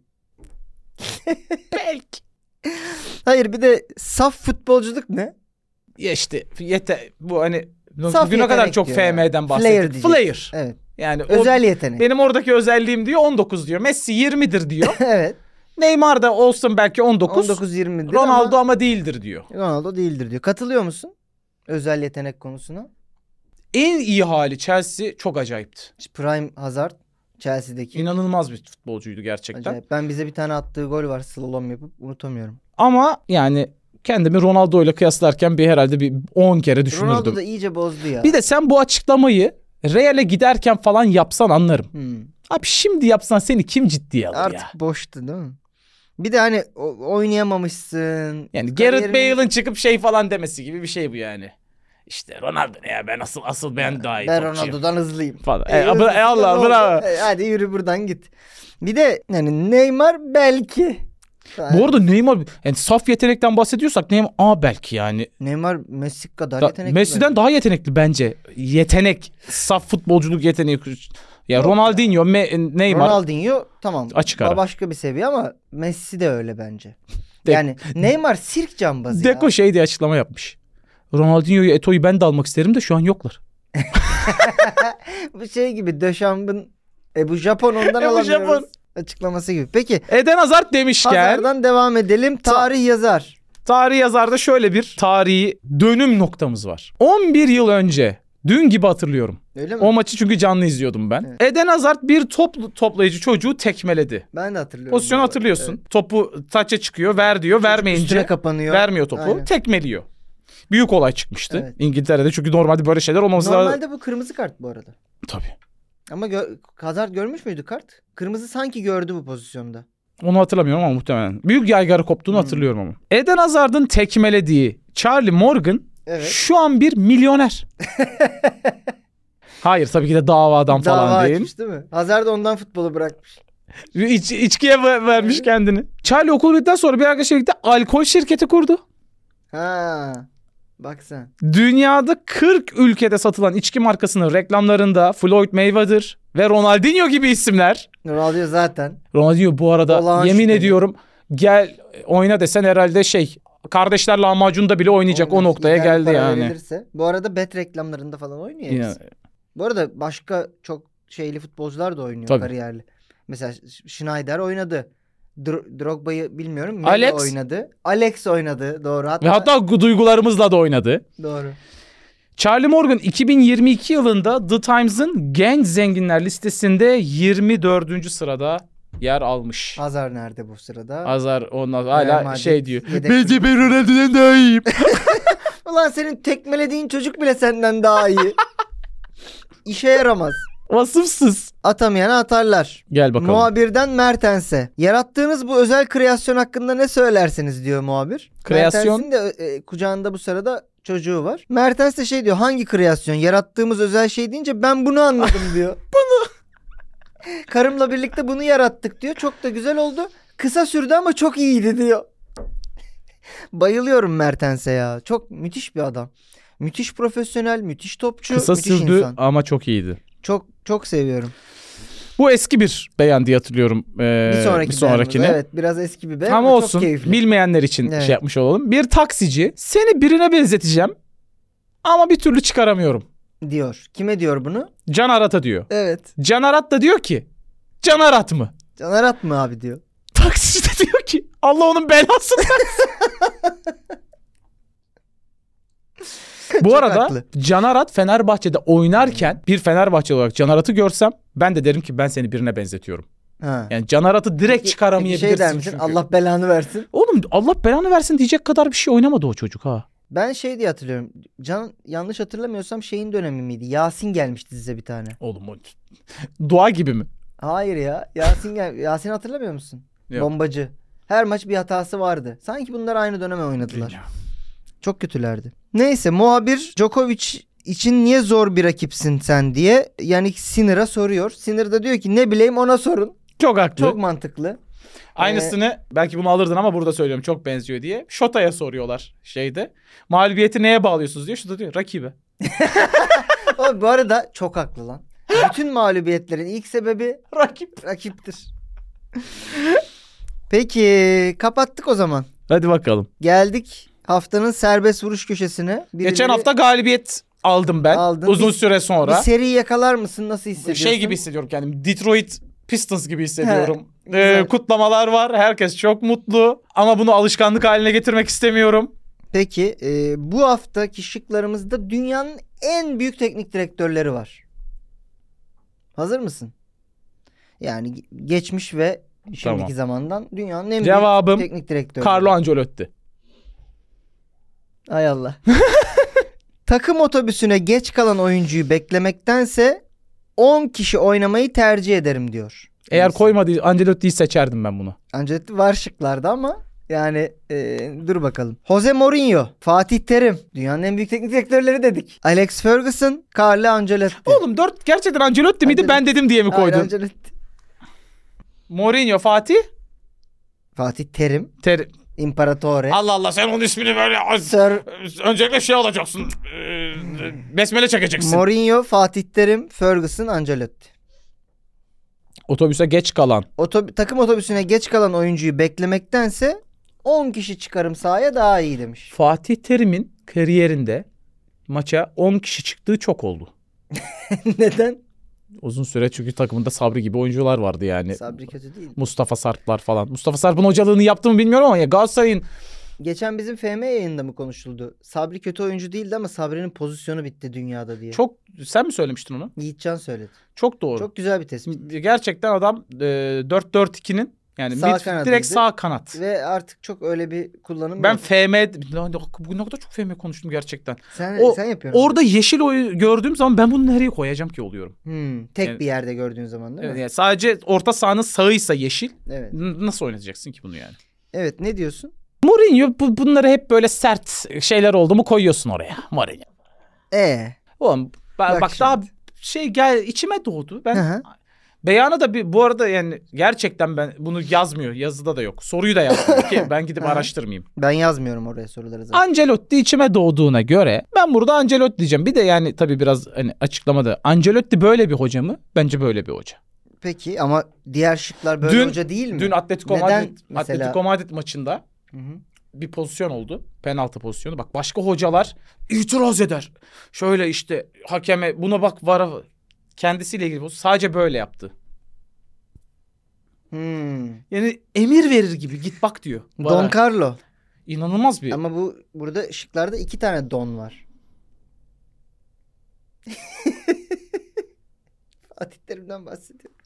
Belki. Hayır, bir de saf futbolculuk ne? Ya işte yete, bu hani Saf bugüne kadar yetenek çok diyor F ya. M'den Flair bahsettik. diyeceksin. Flair. Evet. Yani Özel o, yetenek. benim oradaki özelliğim diyor on dokuz diyor. Messi yirmidir diyor. Evet. Neymar da olsun belki on dokuz. on dokuz yirmidir Ronaldo ama ama değildir diyor. Ronaldo değildir diyor. Katılıyor musun özel yetenek konusuna? En iyi hali Chelsea çok acayipti. Prime Hazard Chelsea'deki. İnanılmaz bir futbolcuydu gerçekten. Acayip. Ben bize bir tane attığı gol var, slalom yapıp, unutamıyorum. Ama yani kendimi Ronaldo ile kıyaslarken bir herhalde bir on kere düşünürdüm. Ronaldo da iyice bozdu ya. Bir de sen bu açıklamayı Real'e giderken falan yapsan anlarım. Hmm. Abi şimdi yapsan seni kim ciddiye alır Artık ya? boştu değil mi? Bir de hani o- oynayamamışsın. Yani Gareth Kariyerini- Bale'ın çıkıp şey falan demesi gibi bir şey bu yani. İşte Ronaldo ne ya, ben asıl asıl ben daha iyi Ben topçuyum Ronaldo'dan hızlıyım. falan. E, E, hızlısın, e, Allah ne oldu? bravo. E, hadi yürü buradan git. Bir de yani Neymar belki. Bu arada Neymar yani saf yetenekten bahsediyorsak Neymar aa belki yani. Neymar Messi kadar Da- yetenekli. Messi'den daha yetenekli bence. Yetenek, saf futbolculuk yeteneği. Ya Yok Ronaldinho, Me- Neymar Ronaldinho tamam. Açık ara. Başka bir seviye ama Messi de öyle bence. De- yani Neymar sirk cambazı Deko ya. şey diye açıklama yapmış. Ronaldinho'yu, Eto'yu ben de almak isterim de şu an yoklar. Bu şey gibi Döşamb'ın e bu Japon ondan E bu alamıyoruz. Japon. Açıklaması gibi. Peki Eden Hazard demişken Hazar'dan devam edelim. Tarih yazar. tarih yazarda şöyle bir tarihi dönüm noktamız var. on bir yıl önce, dün gibi hatırlıyorum. Öyle mi? O maçı çünkü canlı izliyordum ben. Evet. Eden Hazard bir top toplayıcı çocuğu tekmeledi. Ben de hatırlıyorum. Pozisyonu bu arada. hatırlıyorsun. Evet. Topu taça çıkıyor, ver diyor, Çocuk vermeyince üstüne kapanıyor. vermiyor topu. Aynen. Tekmeliyor. Büyük olay çıkmıştı Evet. İngiltere'de çünkü normalde böyle şeyler olmaması lazım. Normalde bu kırmızı kart bu arada. Tabii. Ama gö- Hazard görmüş müydü kart? Kırmızı sanki gördü bu pozisyonda. Onu hatırlamıyorum ama muhtemelen. Büyük yaygara koptuğunu Hmm. hatırlıyorum ama. Eden Hazard'ın tekmelediği Charlie Morgan Evet. şu an bir milyoner. Hayır tabii ki de davadan falan Dava değil. açmış değil mi? Hazard ondan futbolu bırakmış. İç, içkiye ver- vermiş kendini. Charlie okul bittikten sonra bir arkadaşıyla birlikte alkol şirketi kurdu. Ha. Bak sen. Dünyada kırk ülkede satılan içki markasının reklamlarında Floyd Mayweather ve Ronaldinho gibi isimler. Ronaldo zaten. Ronaldinho bu arada Olağan yemin şüpheli. ediyorum gel oyna desen herhalde şey kardeşler lahmacunda bile oynayacak o Oynar. noktaya İdeal geldi para yani. verilirse. Bu arada bet reklamlarında falan oynuyor Ya, hepsi. Bu arada başka çok şeyli futbolcular da oynuyor Tabii. kariyerli. Mesela Sch- Schneider oynadı. Dro- Drogba'yı bilmiyorum. Melo Alex. oynadı. Alex oynadı. Doğru. Hatta, Ve hatta duygularımızla da oynadı. Doğru. Charlie Morgan iki bin yirmi iki yılında The Times'ın genç zenginler listesinde yirmi dördüncü sırada yer almış. Hazar nerede bu sırada? Hazar ondan hala Madrid şey diyor. yedek- Bence ben Ronaldo'dan daha iyiyim. Ulan senin tekmelediğin çocuk bile senden daha iyi. İşe yaramaz. Vasıfsız. Atamayana atarlar. Gel bakalım. Muhabirden Mertens'e. Yarattığınız bu özel kreasyon hakkında ne söylersiniz diyor muhabir. Kreasyon? Mertens'in de e, kucağında bu sırada çocuğu var. Mertens de şey diyor, hangi kreasyon? Yarattığımız özel şey deyince ben bunu anladım diyor. Bunu. Karımla birlikte bunu yarattık diyor. Çok da güzel oldu. Kısa sürdü ama çok iyiydi diyor. Bayılıyorum Mertens'e ya. Çok müthiş bir adam. Müthiş profesyonel, müthiş topçu, Kısa müthiş sürdü insan. ama çok iyiydi. Çok çok seviyorum. Bu eski bir beyan diye hatırlıyorum. Ee, Bir sonraki bir sonrakine. beyanımız, evet, biraz eski bir beyan Ama ama olsun. çok keyifli. Bilmeyenler için Evet. şey yapmış olalım. Bir taksici seni birine benzeteceğim ama bir türlü çıkaramıyorum. Diyor. Kime diyor bunu? Can Arat'a diyor. Evet. Can Arat da diyor ki Can Arat mı? Can Arat mı abi diyor. Taksici de diyor ki Allah onun belasını versin. Bu Çok arada haklı. Can Arat Fenerbahçe'de oynarken bir Fenerbahçeli olarak Can Arat'ı görsem ben de derim ki ben seni birine benzetiyorum. Ha. Yani Can Arat'ı direkt Peki- çıkaramayabilirsin peki şey der misin? çünkü. Allah belanı versin. Oğlum Allah belanı versin diyecek kadar bir şey oynamadı o çocuk ha. Ben şey diye hatırlıyorum. Can, yanlış hatırlamıyorsam şeyin dönemi miydi? Yasin gelmişti size bir tane. Oğlum o dua gibi mi? Hayır ya. Yasin gel. Yasin hatırlamıyor musun? Yok. Bombacı. Her maç bir hatası vardı. Sanki bunlar aynı döneme oynadılar. Çok kötülerdi. Neyse, muhabir Djokovic için niye zor bir rakipsin sen diye yani Sinner'a soruyor. Sinner da diyor ki ne bileyim, ona sorun. Çok haklı. Çok mantıklı. Aynısını belki bunu alırdın ama burada söylüyorum çok benziyor diye. Şota'ya soruyorlar şeyde. Mağlubiyeti neye bağlıyorsunuz diyor. Şota diyor rakibe. O bu arada çok haklı lan. Bütün mağlubiyetlerin ilk sebebi Rakip. rakiptir. Peki kapattık o zaman. Hadi bakalım. Geldik haftanın serbest vuruş köşesine. Birileri Geçen hafta galibiyet aldım ben. Aldın. Uzun Bir- süre sonra. bir seri yakalar mısın? Nasıl hissediyorsun? Şey gibi hissediyorum kendimi. Detroit Pistons gibi hissediyorum. Ee, güzel. kutlamalar var. Herkes çok mutlu. Ama bunu alışkanlık haline getirmek istemiyorum. Peki e, bu haftaki şıklarımızda dünyanın en büyük teknik direktörleri var. Hazır mısın? Yani ge- geçmiş ve şimdiki Tamam. zamandan dünyanın en Cevabım büyük teknik direktörleri. Carlo Ancelotti. Ay Allah. Takım otobüsüne geç kalan oyuncuyu beklemektense on kişi oynamayı tercih ederim diyor. Eğer Neyse. koymadı Ancelotti'yi seçerdim ben bunu. Ancelotti var şıklarda ama yani e, dur bakalım. Jose Mourinho, Fatih Terim, dünyanın en büyük teknik direktörleri dedik. Alex Ferguson, Carlo Ancelotti. Oğlum dört gerçekten Ancelotti miydi Ancelotti. ben dedim diye mi Hayır, koydun? Ancelotti. Mourinho, Fatih. Fatih Terim, Ter İmparatore. Allah Allah sen onun ismini böyle Sir öncelikle şey alacaksın. Ee, besmele çekeceksin. Mourinho, Fatih Terim, Ferguson, Ancelotti. Otobüse geç kalan. Otob- takım otobüsüne geç kalan oyuncuyu beklemektense on kişi çıkarım sahaya daha iyi demiş. Fatih Terim'in kariyerinde maça on kişi çıktığı çok oldu. Neden? Uzun süre çünkü takımında Sabri gibi oyuncular vardı yani. Sabri kötü değil. Mustafa Sarplar falan. Mustafa Sarp'ın hocalığını yaptı mı bilmiyorum ama ya Galatasaray'ın Geçen bizim F M yayında mı konuşuldu? Sabri kötü oyuncu değildi ama Sabri'nin pozisyonu bitti dünyada diye. çok sen mi söylemiştin onu? Yiğitcan söyledi. Çok doğru. Çok güzel bir tespit. Gerçekten adam e, dört dört ikinin yani Sağ mid, kanadıydı. direkt sağ kanat. Ve artık çok öyle bir kullanım Ben yok. F M bugün ne kadar çok F M konuştum gerçekten. Sen, o- sen yapıyorsun. Orada yeşil oyu gördüğüm zaman ben bunu nereye koyacağım ki oluyorum. Hmm, tek Yani- bir yerde gördüğün zaman değil Evet, mi? yani sadece orta sahanın sağıysa yeşil. Evet. n- Nasıl oynatacaksın ki bunu yani? Evet, ne diyorsun? Mourinho bu, bunları hep böyle sert şeyler oldu mu koyuyorsun oraya. Mourinho. Ee. Oğlum ben, Bak bak, şimdi. daha şey gel içime doğdu. Ben Hı hı. beyanı da bir bu arada yani gerçekten ben bunu yazmıyor. Yazıda da yok. Soruyu da yazmıyor ki ben gidip Hı hı. araştırmayayım. Ben yazmıyorum oraya soruları zaten. Ancelotti içime doğduğuna göre ben burada Ancelotti diyeceğim. Bir de yani tabii biraz hani açıklamada Ancelotti böyle bir hoca mı? Bence böyle bir hoca. Peki ama diğer şıklar böyle Dün- hoca değil mi? Dün Atletico Neden Madrid mesela? Atletico Madrid maçında Hı hı. bir pozisyon oldu. Penaltı pozisyonu. Bak başka hocalar itiraz eder. Şöyle işte hakeme buna bak var kendisiyle ilgili pozisyon. Sadece böyle yaptı. Hmm. Yani emir verir gibi git bak diyor. Don Bana. Carlo. İnanılmaz bir. Ama bu burada ışıklarda iki tane Don var. Fatih Terim'den bahsediyorum.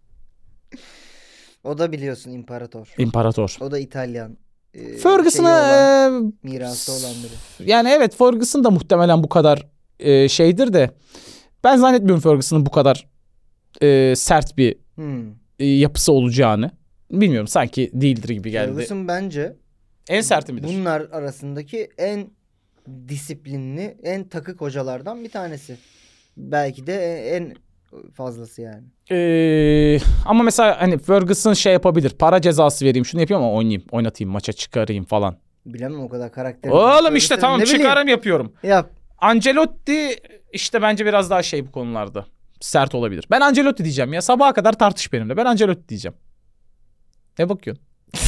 O da biliyorsun imparator. İmparator. O da İtalyan. E, Ferguson'a şeyi olan, e, mirası olan biri. yani evet Ferguson da muhtemelen bu kadar e, şeydir de ben zannetmiyorum Ferguson'ın bu kadar e, sert bir Hmm. e, yapısı olacağını. Bilmiyorum sanki değildir gibi geldi. Ferguson bence En serti midir? bunlar arasındaki en disiplinli, en takık hocalardan bir tanesi. Belki de en fazlası yani. Ee, ama mesela hani Ferguson şey yapabilir. Para cezası vereyim şunu yapayım ama oynayayım. Oynatayım maça çıkarayım falan. Bilemem o kadar karakter. Oğlum işte tamam çıkarım yapıyorum. Yap. Ancelotti işte bence biraz daha şey bu konularda. Sert olabilir. Ben Ancelotti diyeceğim ya. Sabaha kadar tartış benimle. Ben Ancelotti diyeceğim. Ne bakıyorsun?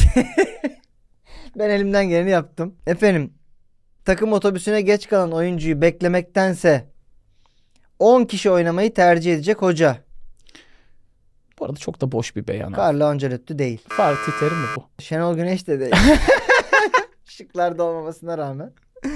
Ben elimden geleni yaptım. Efendim, takım otobüsüne geç kalan oyuncuyu beklemektense on kişi oynamayı tercih edecek hoca. Bu arada çok da boş bir beyan. Carlo Ancelotti değil. Fatih Terim mi bu? Şenol Güneş de değil. Şıklarda olmamasına rağmen.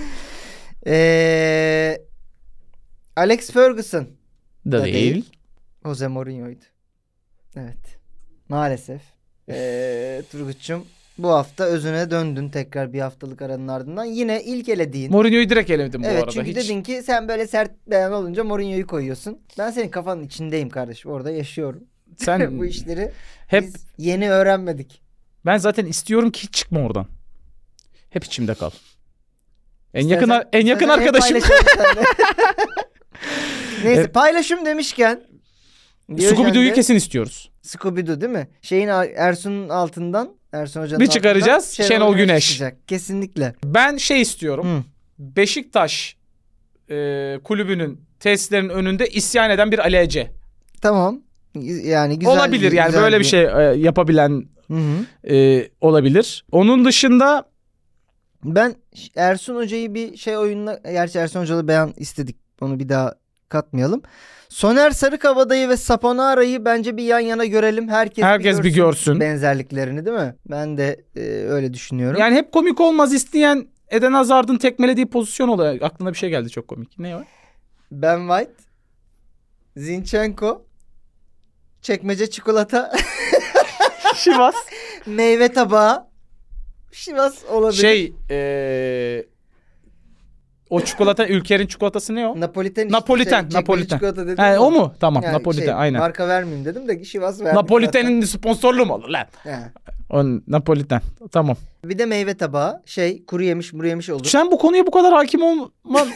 Ee, Alex Ferguson Da, da değil. değil. Jose Mourinho'ydu. Evet. Maalesef. Ee, Turgut'cum bu hafta özüne döndün tekrar bir haftalık aranın ardından. Yine ilk elediğin. Mourinho'yu direkt eledim bu Evet arada. çünkü Hiç... dedin ki sen böyle sert beyan olunca Mourinho'yu koyuyorsun. Ben senin kafanın içindeyim kardeşim. Orada yaşıyorum. Sen Bu işleri hep biz yeni öğrenmedik. ben zaten istiyorum ki hiç çıkma oradan. Hep içimde kal. En İstersen- yakın en yakın istersen hep arkadaşım. paylaşalım seninle. Neyse Evet. paylaşım demişken. Scooby-Doo'yu Diyojen'de- kesin istiyoruz. Scooby-Doo değil mi? Şeyin Ersun'un altından Ersun Hoca'nın Bir altından çıkaracağız, Şenol Güneş. çıkacak. Kesinlikle. Ben şey istiyorum. Hı. Beşiktaş e, kulübünün tesislerinin önünde isyan eden bir Ali Ece. Tamam. Yani güzel. Olabilir yani güzel böyle bir şey e, yapabilen Hı hı. e, olabilir. Onun dışında Ben Ersun Hoca'yı bir şey oyununa, gerçi Ersun Hoca'lı beyan istedik. Onu bir daha katmayalım. Soner Sarıkabadayı ve Saponara'yı bence bir yan yana görelim. Herkes, Herkes bir görsün. benzerliklerini değil mi? Ben de e, öyle düşünüyorum. yani hep komik olmaz isteyen Eden Hazard'ın tekmelediği pozisyon oluyor. Aklına bir şey geldi çok komik. Ne o? Ben White, Zinchenko, çekmece çikolata, Şivas. meyve tabağı. Şivas olabilir. Şey e, o çikolata Ülker'in çikolatası ne o? Napoliten işte, Napoliten, şey, çekmece Napoliten. çikolata dedim He, ama- o mu? Tamam Yani Napoliten şey, aynen. Marka vermeyeyim dedim de Şivas verdik Napoliten'in sponsorluğu mu olur lan? zaten. He. O Napoliten. Tamam. Bir de meyve tabağı. Şey kuru yemiş muru yemiş olur. Sen bu konuya bu kadar hakim olman...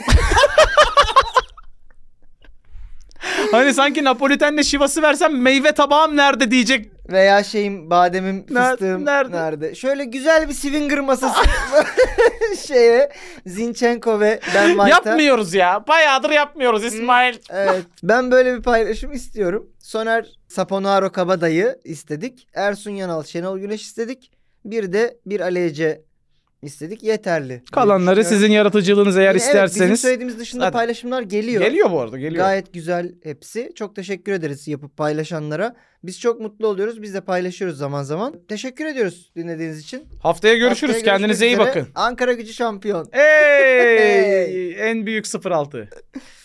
Hani sanki Napoliten'le şivası versem meyve tabağım nerede diyecek. Veya şeyim bademim Ner- fıstığım nerede? nerede? Şöyle güzel bir swinger masası şeye Zinchenko ve Ben White'a. Yapmıyoruz ya. Bayağıdır yapmıyoruz İsmail. Evet. Ben böyle bir paylaşım istiyorum. Soner Saponaro Kabadayı istedik. Ersun Yanal Şenol Güneş istedik. Bir de bir Ali Ece istedik. Yeterli. Kalanları diye sizin düşünüyorum. yaratıcılığınız eğer Evet, bizim isterseniz. söylediğimiz dışında Hadi. paylaşımlar geliyor. Geliyor bu arada geliyor. Gayet güzel hepsi. Çok teşekkür ederiz yapıp paylaşanlara. Biz çok mutlu oluyoruz. Biz de paylaşıyoruz zaman zaman. Teşekkür ediyoruz dinlediğiniz için. Haftaya görüşürüz. Haftaya Kendinize iyi görüşmek üzere. bakın. Ankara Gücü şampiyon. Hey! En büyük sıfır altı.